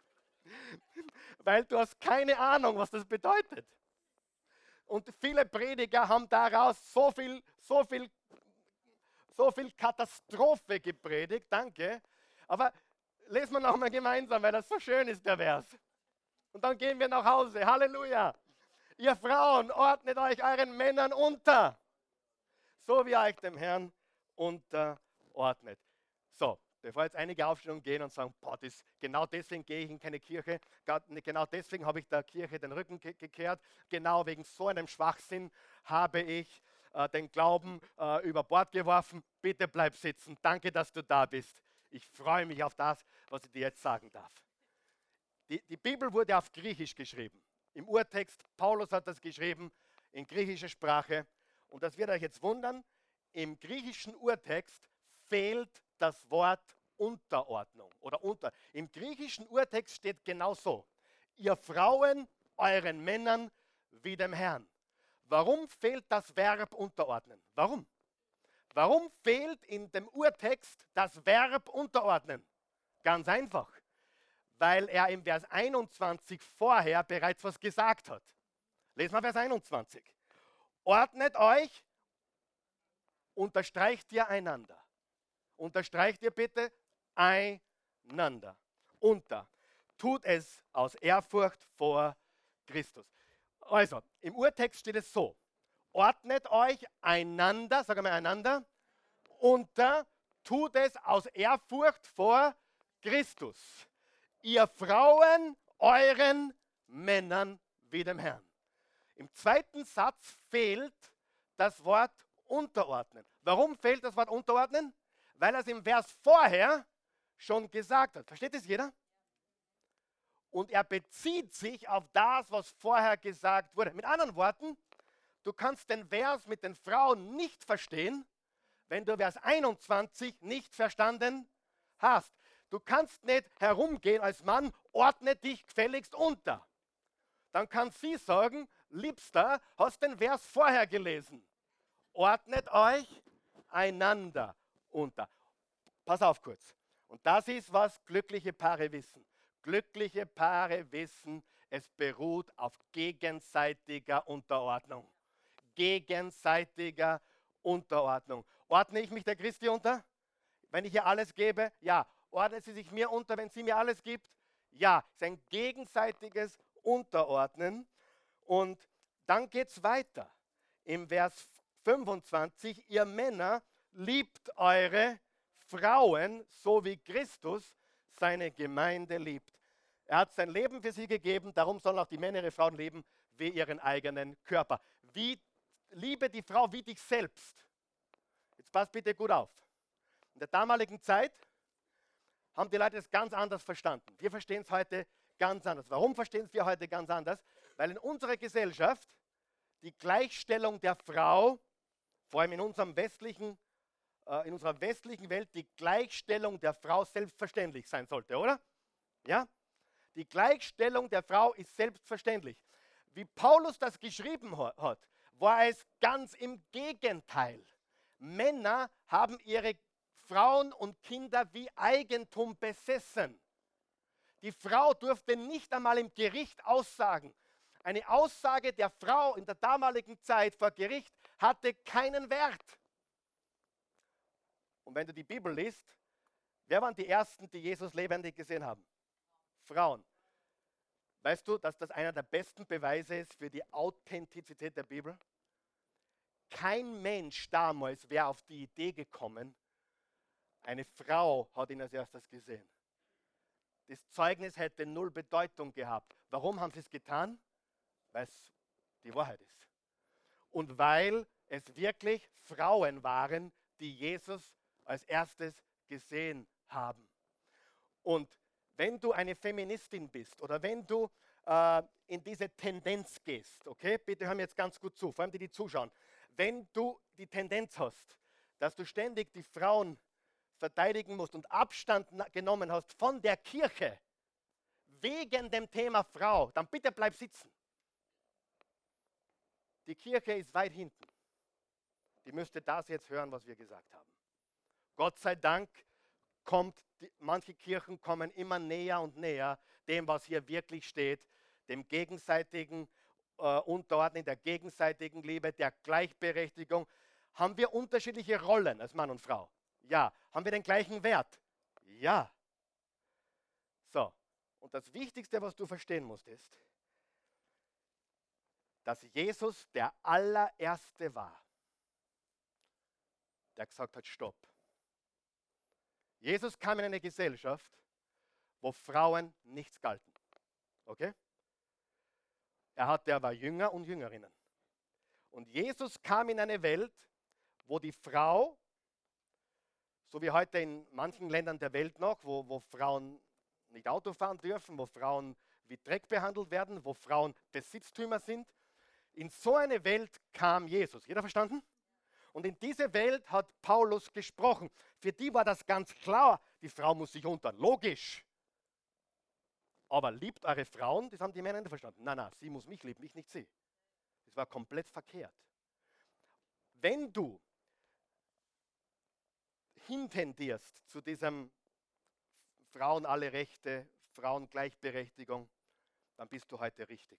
Weil du hast keine Ahnung, was das bedeutet. Und viele Prediger haben daraus so viel, so viel, so viel Katastrophe gepredigt. Danke. Aber lesen wir nochmal gemeinsam, weil das so schön ist, der Vers. Und dann gehen wir nach Hause. Halleluja. Ihr Frauen, ordnet euch euren Männern unter, so wie ihr euch dem Herrn unterordnet. So, bevor jetzt einige aufstehen und gehen und sagen, boah, das, genau deswegen gehe ich in keine Kirche, genau deswegen habe ich der Kirche den Rücken ge- gekehrt, genau wegen so einem Schwachsinn habe ich äh, den Glauben äh, über Bord geworfen. Bitte bleib sitzen. Danke, dass du da bist. Ich freue mich auf das, was ich dir jetzt sagen darf. Die, die Bibel wurde auf Griechisch geschrieben. Im Urtext, Paulus hat das geschrieben in griechischer Sprache. Und das wird euch jetzt wundern, im griechischen Urtext fehlt das Wort Unterordnung oder unter. Im griechischen Urtext steht genau so: Ihr Frauen euren Männern wie dem Herrn. Warum fehlt das Verb unterordnen? Warum? Warum fehlt in dem Urtext das Verb unterordnen? Ganz einfach, weil er im Vers einundzwanzig vorher bereits was gesagt hat. Lesen wir Vers einundzwanzig. Ordnet euch, unterstreicht ihr einander. Unterstreicht ihr bitte einander. Unter. Tut es aus Ehrfurcht vor Christus. Also, im Urtext steht es so. Ordnet euch einander, sagen wir einander, unter, tut es aus Ehrfurcht vor Christus. Ihr Frauen euren Männern wie dem Herrn. Im zweiten Satz fehlt das Wort unterordnen. Warum fehlt das Wort unterordnen? Weil er es im Vers vorher schon gesagt hat. Versteht es jeder? Und er bezieht sich auf das, was vorher gesagt wurde. Mit anderen Worten, du kannst den Vers mit den Frauen nicht verstehen, wenn du Vers einundzwanzig nicht verstanden hast. Du kannst nicht herumgehen als Mann, ordne dich gefälligst unter. Dann kann sie sagen, Liebster, hast den Vers vorher gelesen. Ordnet euch einander unter. Pass auf kurz. Und das ist, was glückliche Paare wissen. Glückliche Paare wissen, es beruht auf gegenseitiger Unterordnung. Gegenseitiger Unterordnung. Ordne ich mich der Christi unter? Wenn ich ihr alles gebe? Ja. Ordnet sie sich mir unter, wenn sie mir alles gibt? Ja. Es ist ein gegenseitiges Unterordnen. Und dann geht es weiter. Im Vers fünfundzwanzig, ihr Männer, liebt eure Frauen, so wie Christus seine Gemeinde liebt. Er hat sein Leben für sie gegeben, darum sollen auch die Männer ihre Frauen lieben wie ihren eigenen Körper. Wie, liebe die Frau wie dich selbst. Jetzt passt bitte gut auf. In der damaligen Zeit haben die Leute es ganz anders verstanden. Wir verstehen es heute ganz anders. Warum verstehen wir heute ganz anders? Weil in unserer Gesellschaft die Gleichstellung der Frau, vor allem in unserem westlichen, äh, in unserer westlichen Welt, die Gleichstellung der Frau selbstverständlich sein sollte, oder? Ja? Die Gleichstellung der Frau ist selbstverständlich. Wie Paulus das geschrieben hat, war es ganz im Gegenteil. Männer haben ihre Frauen und Kinder wie Eigentum besessen. Die Frau durfte nicht einmal im Gericht aussagen. Eine Aussage der Frau in der damaligen Zeit vor Gericht hatte keinen Wert. Und wenn du die Bibel liest, wer waren die Ersten, die Jesus lebendig gesehen haben? Frauen. Weißt du, dass das einer der besten Beweise ist für die Authentizität der Bibel? Kein Mensch damals wäre auf die Idee gekommen, eine Frau hat ihn als erstes gesehen. Das Zeugnis hätte null Bedeutung gehabt. Warum haben sie es getan? Weil es die Wahrheit ist. Und weil es wirklich Frauen waren, die Jesus als erstes gesehen haben. Und wenn du eine Feministin bist oder wenn du äh, in diese Tendenz gehst, okay, bitte hör mir jetzt ganz gut zu, vor allem die, die zuschauen, wenn du die Tendenz hast, dass du ständig die Frauen verteidigen musst und Abstand genommen hast von der Kirche wegen dem Thema Frau, dann bitte bleib sitzen. Die Kirche ist weit hinten. Die müsste das jetzt hören, was wir gesagt haben. Gott sei Dank kommt, die, manche Kirchen kommen immer näher und näher dem, was hier wirklich steht, dem gegenseitigen äh, Unterordnen, der gegenseitigen Liebe, der Gleichberechtigung. Haben wir unterschiedliche Rollen als Mann und Frau? Ja. Haben wir den gleichen Wert? Ja. So, und das Wichtigste, was du verstehen musst, ist, dass Jesus der allererste war, der gesagt hat, stopp. Jesus kam in eine Gesellschaft, wo Frauen nichts galten. Okay? Er, hatte, er war Jünger und Jüngerinnen. Und Jesus kam in eine Welt, wo die Frau, so wie heute in manchen Ländern der Welt noch, wo, wo Frauen nicht Auto fahren dürfen, wo Frauen wie Dreck behandelt werden, wo Frauen Besitztümer sind, in so eine Welt kam Jesus. Jeder verstanden? Und in diese Welt hat Paulus gesprochen. Für die war das ganz klar, die Frau muss sich untern. Logisch. Aber liebt eure Frauen, das haben die Männer nicht verstanden. Nein, nein, sie muss mich lieben, ich nicht sie. Das war komplett verkehrt. Wenn du hintendierst zu diesem Frauen alle Rechte, Frauengleichberechtigung, dann bist du heute richtig.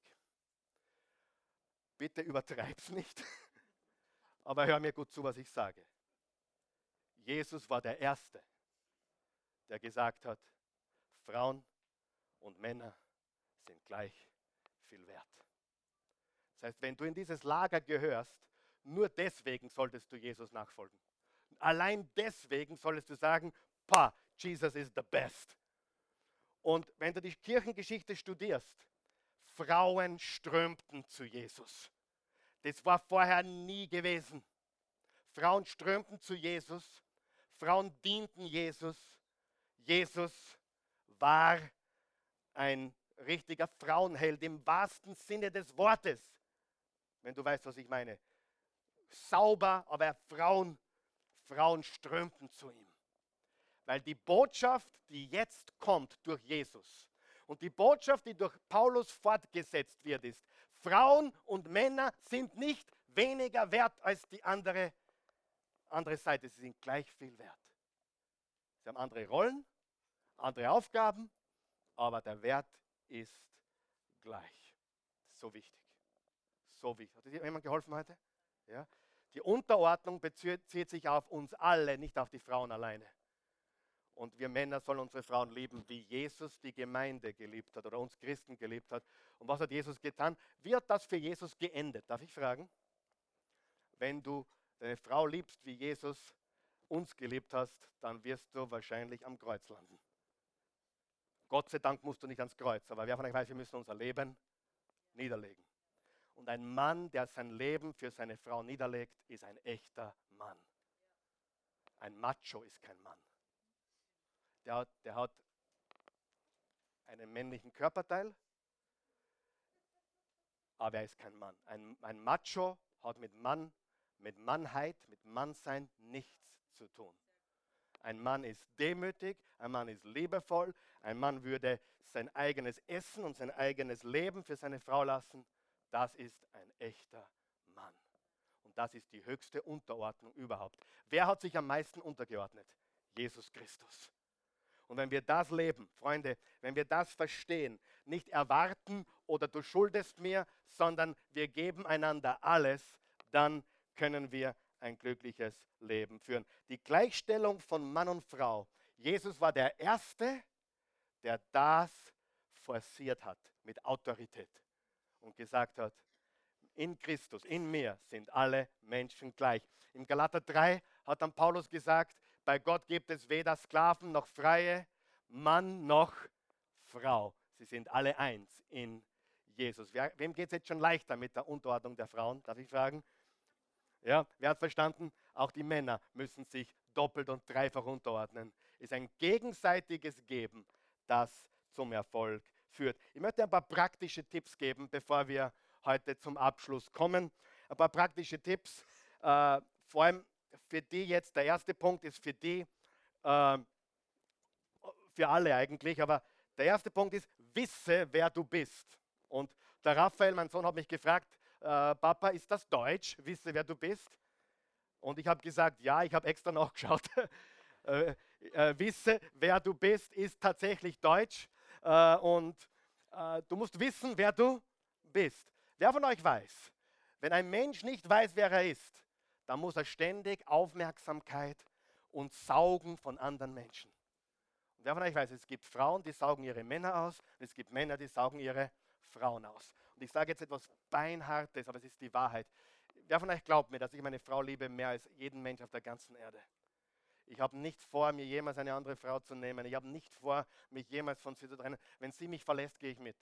Bitte übertreib's nicht. Aber hör mir gut zu, was ich sage. Jesus war der Erste, der gesagt hat, Frauen und Männer sind gleich viel wert. Das heißt, wenn du in dieses Lager gehörst, nur deswegen solltest du Jesus nachfolgen. Allein deswegen solltest du sagen, pa, Jesus is the best. Und wenn du die Kirchengeschichte studierst, Frauen strömten zu Jesus. Das war vorher nie gewesen. Frauen strömten zu Jesus. Frauen dienten Jesus. Jesus war ein richtiger Frauenheld im wahrsten Sinne des Wortes. Wenn du weißt, was ich meine. Sauber, aber Frauen, Frauen strömten zu ihm. Weil die Botschaft, die jetzt kommt durch Jesus und die Botschaft, die durch Paulus fortgesetzt wird, ist, Frauen und Männer sind nicht weniger wert als die andere, andere Seite. Sie sind gleich viel wert. Sie haben andere Rollen, andere Aufgaben, aber der Wert ist gleich. So wichtig. So wichtig. Hat dir jemand geholfen heute? Ja? Die Unterordnung bezieht sich auf uns alle, nicht auf die Frauen alleine. Und wir Männer sollen unsere Frauen lieben, wie Jesus die Gemeinde geliebt hat oder uns Christen geliebt hat. Und was hat Jesus getan? Wie hat das für Jesus geendet? Darf ich fragen? Wenn du deine Frau liebst, wie Jesus uns geliebt hast, dann wirst du wahrscheinlich am Kreuz landen. Gott sei Dank musst du nicht ans Kreuz, aber wer von euch weiß, wir müssen unser Leben niederlegen. Und ein Mann, der sein Leben für seine Frau niederlegt, ist ein echter Mann. Ein Macho ist kein Mann. Der hat, der hat einen männlichen Körperteil, aber er ist kein Mann. Ein, ein Macho hat mit Mann, mit Mannheit, mit Mannsein nichts zu tun. Ein Mann ist demütig, ein Mann ist liebevoll, ein Mann würde sein eigenes Essen und sein eigenes Leben für seine Frau lassen. Das ist ein echter Mann. Und das ist die höchste Unterordnung überhaupt. Wer hat sich am meisten untergeordnet? Jesus Christus. Und wenn wir das leben, Freunde, wenn wir das verstehen, nicht erwarten oder du schuldest mir, sondern wir geben einander alles, dann können wir ein glückliches Leben führen. Die Gleichstellung von Mann und Frau. Jesus war der Erste, der das forciert hat mit Autorität und gesagt hat, in Christus, in mir sind alle Menschen gleich. Im Galater drei hat dann Paulus gesagt, bei Gott gibt es weder Sklaven noch Freie, Mann noch Frau. Sie sind alle eins in Jesus. Wer, wem geht es jetzt schon leichter mit der Unterordnung der Frauen? Darf ich fragen? Ja, wer hat verstanden? Auch die Männer müssen sich doppelt und dreifach unterordnen. Ist ein gegenseitiges Geben, das zum Erfolg führt. Ich möchte ein paar praktische Tipps geben, bevor wir heute zum Abschluss kommen. Ein paar praktische Tipps, äh, vor allem für die jetzt, der erste Punkt ist für die, äh, für alle eigentlich, aber der erste Punkt ist, wisse, wer du bist. Und der Raphael, mein Sohn, hat mich gefragt, äh, Papa, ist das Deutsch, wisse, wer du bist? Und ich habe gesagt, ja, ich habe extra nachgeschaut. äh, äh, wisse, wer du bist, ist tatsächlich Deutsch. Äh, und äh, du musst wissen, wer du bist. Wer von euch weiß, wenn ein Mensch nicht weiß, wer er ist, dann muss er ständig Aufmerksamkeit und Saugen von anderen Menschen. Und wer von euch weiß, es gibt Frauen, die saugen ihre Männer aus, und es gibt Männer, die saugen ihre Frauen aus. Und ich sage jetzt etwas Beinhartes, aber es ist die Wahrheit. Wer von euch glaubt mir, dass ich meine Frau liebe mehr als jeden Mensch auf der ganzen Erde? Ich habe nicht vor, mir jemals eine andere Frau zu nehmen. Ich habe nicht vor, mich jemals von sie zu trennen. Wenn sie mich verlässt, gehe ich mit.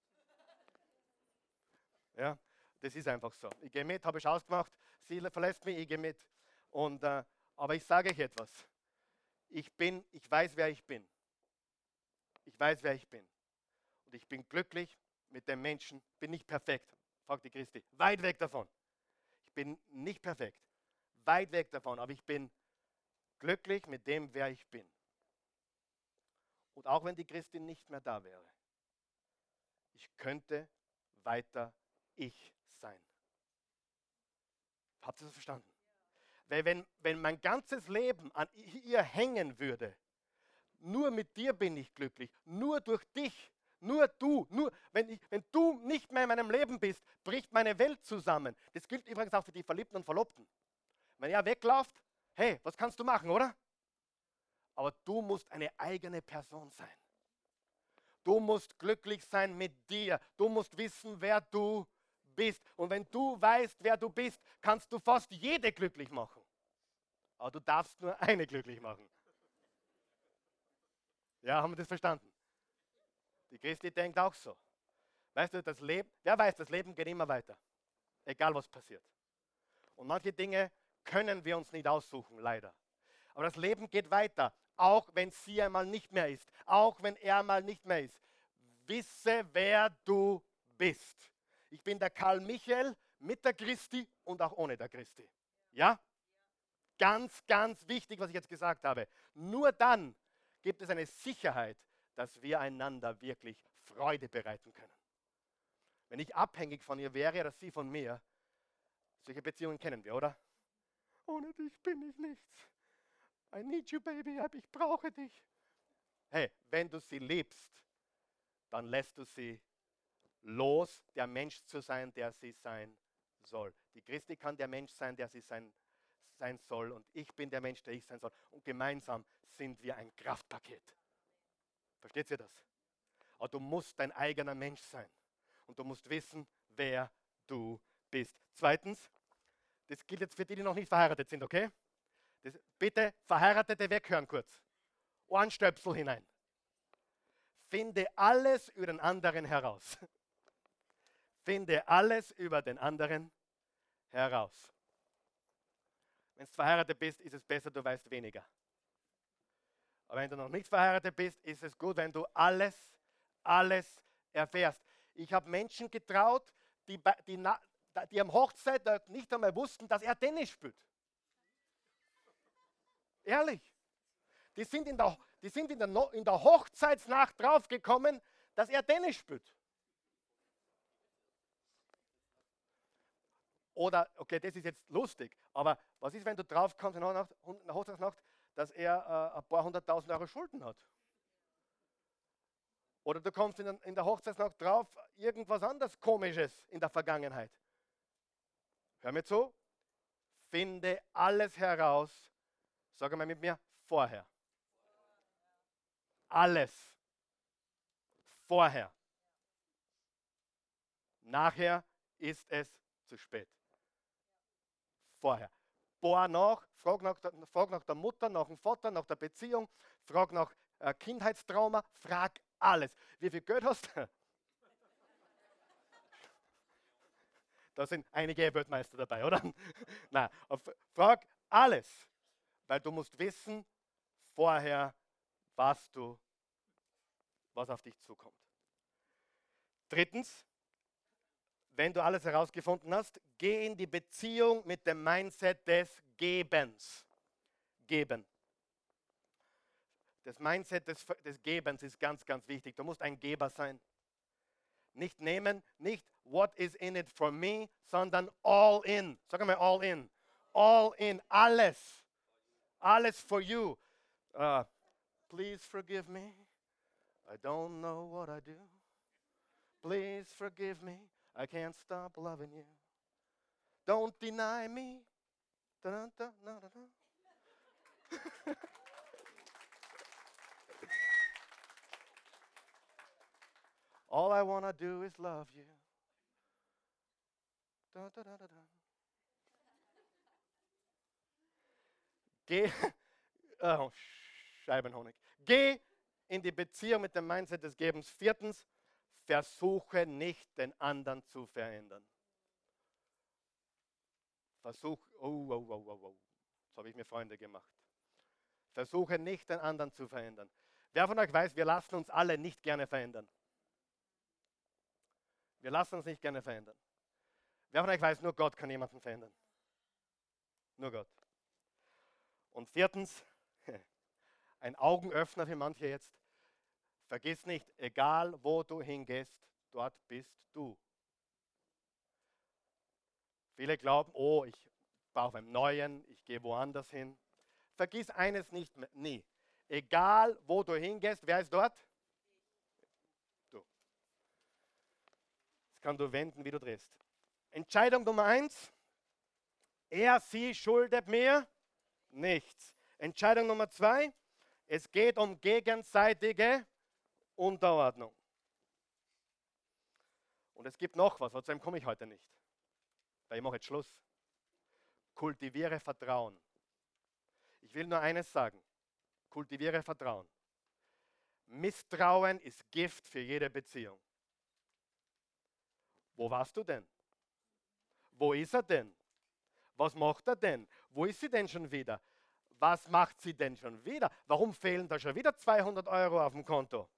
Ja, das ist einfach so. Ich gehe mit, habe ich ausgemacht. Sie verlässt mich, ich gehe mit. Und, äh, aber ich sage euch etwas. Ich bin, ich weiß, wer ich bin. Ich weiß, wer ich bin. Und ich bin glücklich mit dem Menschen. Bin nicht perfekt, fragt die Christi. Weit weg davon. Ich bin nicht perfekt. Weit weg davon. Aber ich bin glücklich mit dem, wer ich bin. Und auch wenn die Christin nicht mehr da wäre, ich könnte weiter ich sein. Habt ihr das verstanden? Weil wenn, wenn mein ganzes Leben an ihr hängen würde, nur mit dir bin ich glücklich, nur durch dich, nur du, nur wenn, ich, wenn du nicht mehr in meinem Leben bist, bricht meine Welt zusammen. Das gilt übrigens auch für die Verliebten und Verlobten. Wenn er wegläuft, hey, was kannst du machen, oder? Aber du musst eine eigene Person sein. Du musst glücklich sein mit dir. Du musst wissen, wer du bist. Und wenn du weißt, wer du bist, kannst du fast jede glücklich machen. Aber du darfst nur eine glücklich machen. Ja, haben wir das verstanden? Die Christi denkt auch so. Weißt du, das Leben, wer weiß, das Leben geht immer weiter. Egal was passiert. Und manche Dinge können wir uns nicht aussuchen, leider. Aber das Leben geht weiter, auch wenn sie einmal nicht mehr ist, auch wenn er mal nicht mehr ist. Wisse, wer du bist. Ich bin der Karl Michael mit der Christi und auch ohne der Christi. Ja? Ganz, ganz wichtig, was ich jetzt gesagt habe. Nur dann gibt es eine Sicherheit, dass wir einander wirklich Freude bereiten können. Wenn ich abhängig von ihr wäre oder sie von mir, solche Beziehungen kennen wir, oder? Ohne dich bin ich nichts. I need you, baby, ich brauche dich. Hey, wenn du sie liebst, dann lässt du sie los, der Mensch zu sein, der sie sein soll. Die Christi kann der Mensch sein, der sie sein, sein soll. Und ich bin der Mensch, der ich sein soll. Und gemeinsam sind wir ein Kraftpaket. Versteht ihr das? Aber du musst dein eigener Mensch sein. Und du musst wissen, wer du bist. Zweitens, das gilt jetzt für die, die noch nicht verheiratet sind, okay? Das, bitte Verheiratete weghören kurz. Ohrenstöpsel hinein. Finde alles über den anderen heraus. Finde alles über den anderen heraus. Wenn du verheiratet bist, ist es besser, du weißt weniger. Aber wenn du noch nicht verheiratet bist, ist es gut, wenn du alles, alles erfährst. Ich habe Menschen getraut, die, die, die am Hochzeit nicht einmal wussten, dass er Tennis spielt. Ehrlich. Die sind in der, die sind in der, no in der Hochzeitsnacht draufgekommen, dass er Tennis spielt. Oder, okay, das ist jetzt lustig, aber was ist, wenn du draufkommst in der Hochzeitsnacht, dass er äh, ein paar hunderttausend Euro Schulden hat? Oder du kommst in, in der Hochzeitsnacht drauf, irgendwas anderes Komisches in der Vergangenheit. Hör mir zu, finde alles heraus, sag mal mit mir, vorher. Alles vorher. Nachher ist es zu spät. Vorher. Bohr nach, frag nach, der, frag nach der Mutter, nach dem Vater, nach der Beziehung, frag nach äh, Kindheitstrauma, frag alles. Wie viel Geld hast du? Da sind einige Weltmeister dabei, oder? Nein, frag alles, weil du musst wissen vorher, was du, was auf dich zukommt. Drittens, wenn du alles herausgefunden hast, geh in die Beziehung mit dem Mindset des Gebens. Geben. Das Mindset des, des Gebens ist ganz, ganz wichtig. Du musst ein Geber sein. Nicht nehmen, nicht what is in it for me, sondern all in. Sag mal all in. All in, alles. Alles for you. Uh, please forgive me. I don't know what I do. Please forgive me. I can't stop loving you. Don't deny me. Da, da, da, da, da. All I want to do is love you. Da, da, da, da, da. Geh, oh, Scheibenhonig. Geh in die Beziehung mit dem Mindset des Gebens. Viertens, versuche nicht den anderen zu verändern. Versuch, oh, oh, oh, oh, oh. Jetzt habe ich mir Freunde gemacht. Versuche nicht den anderen zu verändern. Wer von euch weiß, wir lassen uns alle nicht gerne verändern. Wir lassen uns nicht gerne verändern. Wer von euch weiß, nur Gott kann jemanden verändern. Nur Gott. Und viertens, ein Augenöffner für manche jetzt. Vergiss nicht, egal wo du hingehst, dort bist du. Viele glauben, oh, ich brauche beim Neuen, ich gehe woanders hin. Vergiss eines nicht mehr, nie. Egal wo du hingehst, wer ist dort? Du. Das kannst du wenden, wie du drehst. Entscheidung Nummer eins. Er, sie schuldet mir nichts. Entscheidung Nummer zwei. Es geht um gegenseitige Unterordnung. Und es gibt noch was, zu dem komme ich heute nicht. Weil ich mache jetzt Schluss. Kultiviere Vertrauen. Ich will nur eines sagen. Kultiviere Vertrauen. Misstrauen ist Gift für jede Beziehung. Wo warst du denn? Wo ist er denn? Was macht er denn? Wo ist sie denn schon wieder? Was macht sie denn schon wieder? Warum fehlen da schon wieder zweihundert Euro auf dem Konto?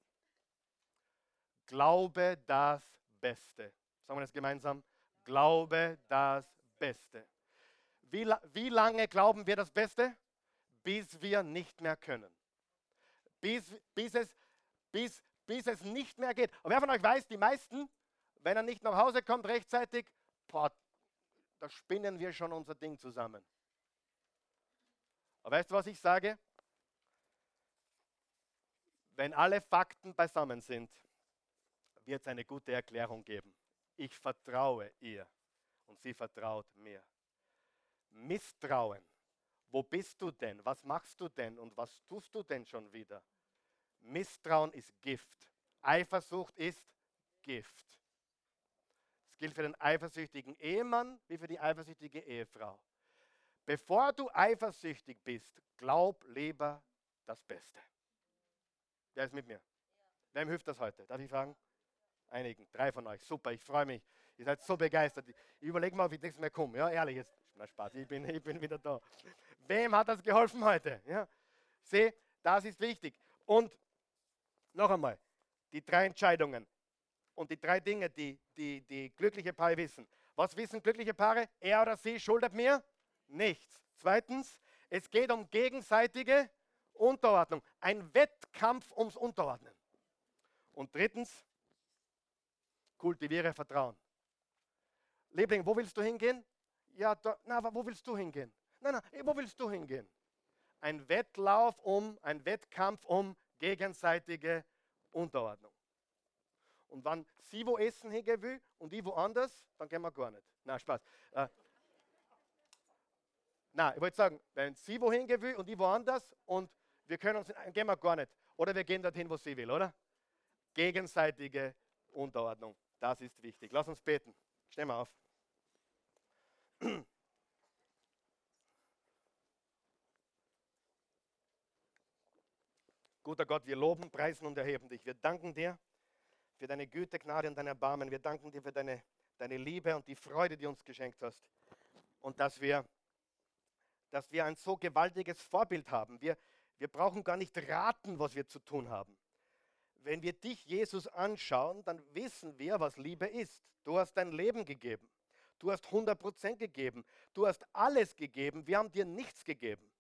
Glaube das Beste. Sagen wir das gemeinsam? Glaube das Beste. Wie, wie lange glauben wir das Beste? Bis wir nicht mehr können. Bis, bis, es, bis, bis es nicht mehr geht. Und wer von euch weiß, die meisten, wenn er nicht nach Hause kommt rechtzeitig, boah, da spinnen wir schon unser Ding zusammen. Aber weißt du, was ich sage? Wenn alle Fakten beisammen sind, wird es eine gute Erklärung geben. Ich vertraue ihr und sie vertraut mir. Misstrauen. Wo bist du denn? Was machst du denn? Und was tust du denn schon wieder? Misstrauen ist Gift. Eifersucht ist Gift. Das gilt für den eifersüchtigen Ehemann wie für die eifersüchtige Ehefrau. Bevor du eifersüchtig bist, glaub lieber das Beste. Wer ist mit mir? Wem hilft das heute? Darf ich fragen? Einigen, drei von euch. Super, ich freue mich. Ihr seid so begeistert. Ich überlege mal, ob ich nächstes Mal komme. Ja, ehrlich, jetzt. Na Spaß, ich bin, ich bin wieder da. Wem hat das geholfen heute? Ja. Sieh, das ist wichtig. Und noch einmal, die drei Entscheidungen und die drei Dinge, die, die, die glückliche Paare wissen. Was wissen glückliche Paare? Er oder sie schuldet mir nichts. Zweitens, es geht um gegenseitige Unterordnung. Ein Wettkampf ums Unterordnen. Und drittens, kultiviere Vertrauen. Liebling, wo willst du hingehen? Ja, da, na, aber wo willst du hingehen? Nein, nein, wo willst du hingehen? Ein Wettlauf um, ein Wettkampf um gegenseitige Unterordnung. Und wenn sie wo essen hingehen will und ich woanders, dann gehen wir gar nicht. Na, Spaß. Äh, Na, ich wollte sagen, wenn sie wohin gehen will und ich woanders und wir können uns, dann gehen wir gar nicht. Oder wir gehen dorthin, wo sie will, oder? Gegenseitige Unterordnung. Das ist wichtig. Lass uns beten. Stehen wir auf. Guter Gott, wir loben, preisen und erheben dich. Wir danken dir für deine Güte, Gnade und dein Erbarmen. Wir danken dir für deine, deine Liebe und die Freude, die du uns geschenkt hast. Und dass wir, dass wir ein so gewaltiges Vorbild haben. Wir, wir brauchen gar nicht raten, was wir zu tun haben. Wenn wir dich, Jesus, anschauen, dann wissen wir, was Liebe ist. Du hast dein Leben gegeben. Du hast hundert Prozent gegeben. Du hast alles gegeben. Wir haben dir nichts gegeben.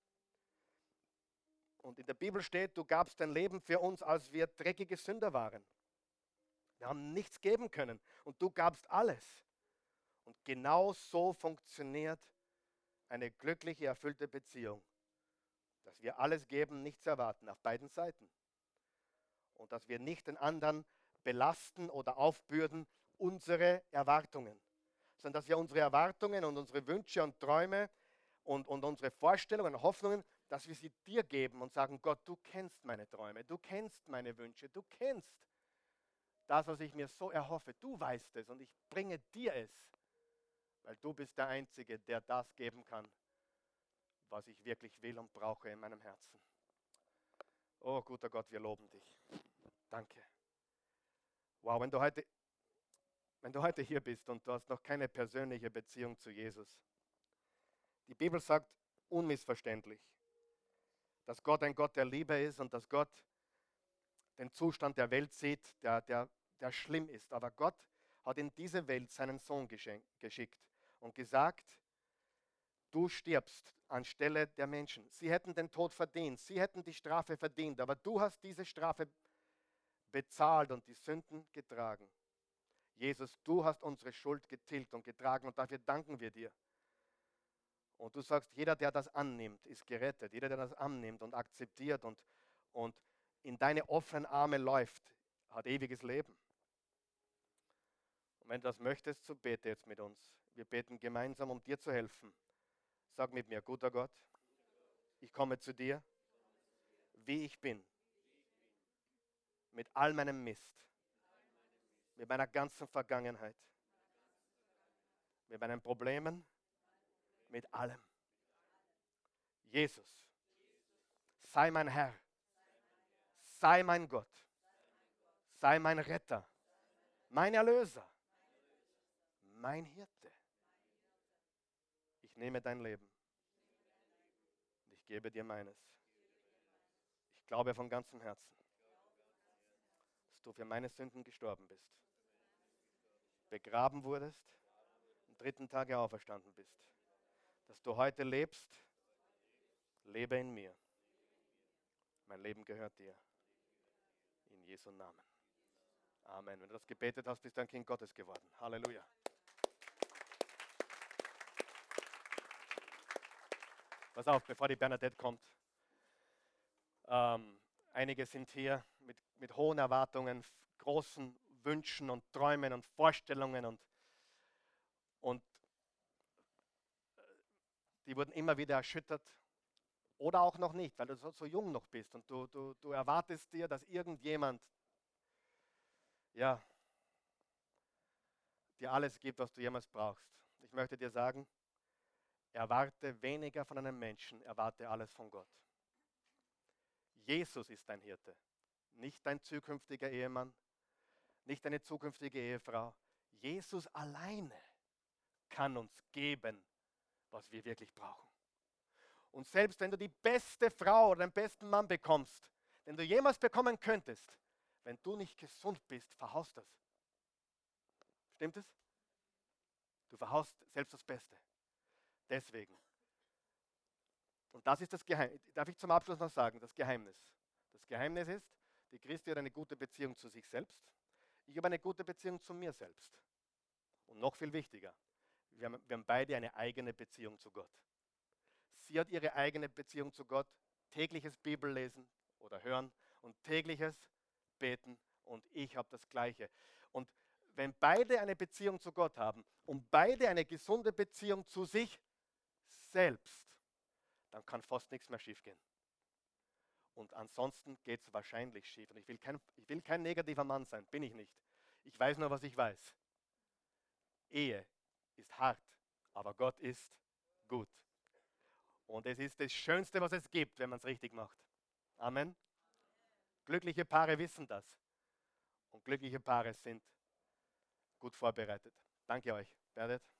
Und in der Bibel steht, du gabst dein Leben für uns, als wir dreckige Sünder waren. Wir haben nichts geben können und du gabst alles. Und genau so funktioniert eine glückliche, erfüllte Beziehung. Dass wir alles geben, nichts erwarten, auf beiden Seiten. Und dass wir nicht den anderen belasten oder aufbürden, unsere Erwartungen. Sondern dass wir unsere Erwartungen und unsere Wünsche und Träume und, und unsere Vorstellungen und Hoffnungen, dass wir sie dir geben und sagen, Gott, du kennst meine Träume, du kennst meine Wünsche, du kennst das, was ich mir so erhoffe. Du weißt es und ich bringe dir es, weil du bist der Einzige, der das geben kann, was ich wirklich will und brauche in meinem Herzen. Oh, guter Gott, wir loben dich. Danke. Wow, wenn du heute, wenn du heute hier bist und du hast noch keine persönliche Beziehung zu Jesus. Die Bibel sagt unmissverständlich, dass Gott ein Gott der Liebe ist und dass Gott den Zustand der Welt sieht, der, der, der schlimm ist. Aber Gott hat in diese Welt seinen Sohn geschenkt, geschickt und gesagt, du stirbst anstelle der Menschen. Sie hätten den Tod verdient, sie hätten die Strafe verdient, aber du hast diese Strafe bezahlt und die Sünden getragen. Jesus, du hast unsere Schuld getilgt und getragen und dafür danken wir dir. Und du sagst, jeder, der das annimmt, ist gerettet. Jeder, der das annimmt und akzeptiert und, und in deine offenen Arme läuft, hat ewiges Leben. Und wenn du das möchtest, so bete jetzt mit uns. Wir beten gemeinsam, um dir zu helfen. Sag mit mir, guter Gott, ich komme zu dir, wie ich bin, mit all meinem Mist, mit meiner ganzen Vergangenheit, mit meinen Problemen, mit allem. Jesus, sei mein Herr, sei mein Gott, sei mein Retter, mein Erlöser, mein Hirte. Ich nehme dein Leben und ich gebe dir meines. Ich glaube von ganzem Herzen, dass du für meine Sünden gestorben bist, begraben wurdest, am dritten Tage auferstanden bist, dass du heute lebst. Lebe in mir. Mein Leben gehört dir. In Jesu Namen. Amen. Wenn du das gebetet hast, bist du ein Kind Gottes geworden. Halleluja. Pass auf, bevor die Bernadette kommt. Ähm, einige sind hier mit, mit hohen Erwartungen, großen Wünschen und Träumen und Vorstellungen und, und die wurden immer wieder erschüttert. Oder auch noch nicht, weil du so, so jung noch bist und du, du, du erwartest dir, dass irgendjemand ja, dir alles gibt, was du jemals brauchst. Ich möchte dir sagen, erwarte weniger von einem Menschen, erwarte alles von Gott. Jesus ist dein Hirte, nicht dein zukünftiger Ehemann, nicht deine zukünftige Ehefrau. Jesus alleine kann uns geben, was wir wirklich brauchen. Und selbst wenn du die beste Frau oder den besten Mann bekommst, den du jemals bekommen könntest, wenn du nicht gesund bist, verhaust das. Stimmt es? Du verhaust selbst das Beste. Deswegen. Und das ist das Geheimnis. Darf ich zum Abschluss noch sagen, das Geheimnis. Das Geheimnis ist, die Christi hat eine gute Beziehung zu sich selbst. Ich habe eine gute Beziehung zu mir selbst. Und noch viel wichtiger, wir haben, wir haben beide eine eigene Beziehung zu Gott. Sie hat ihre eigene Beziehung zu Gott, tägliches Bibellesen oder Hören und tägliches Beten und ich habe das Gleiche. Und wenn beide eine Beziehung zu Gott haben und beide eine gesunde Beziehung zu sich selbst, dann kann fast nichts mehr schief gehen. Und ansonsten geht es wahrscheinlich schief. Und ich will, kein, ich will kein negativer Mann sein, bin ich nicht. Ich weiß nur, was ich weiß. Ehe ist hart, aber Gott ist gut. Und es ist das Schönste, was es gibt, wenn man es richtig macht. Amen. Glückliche Paare wissen das. Und glückliche Paare sind gut vorbereitet. Danke euch. Bernhard.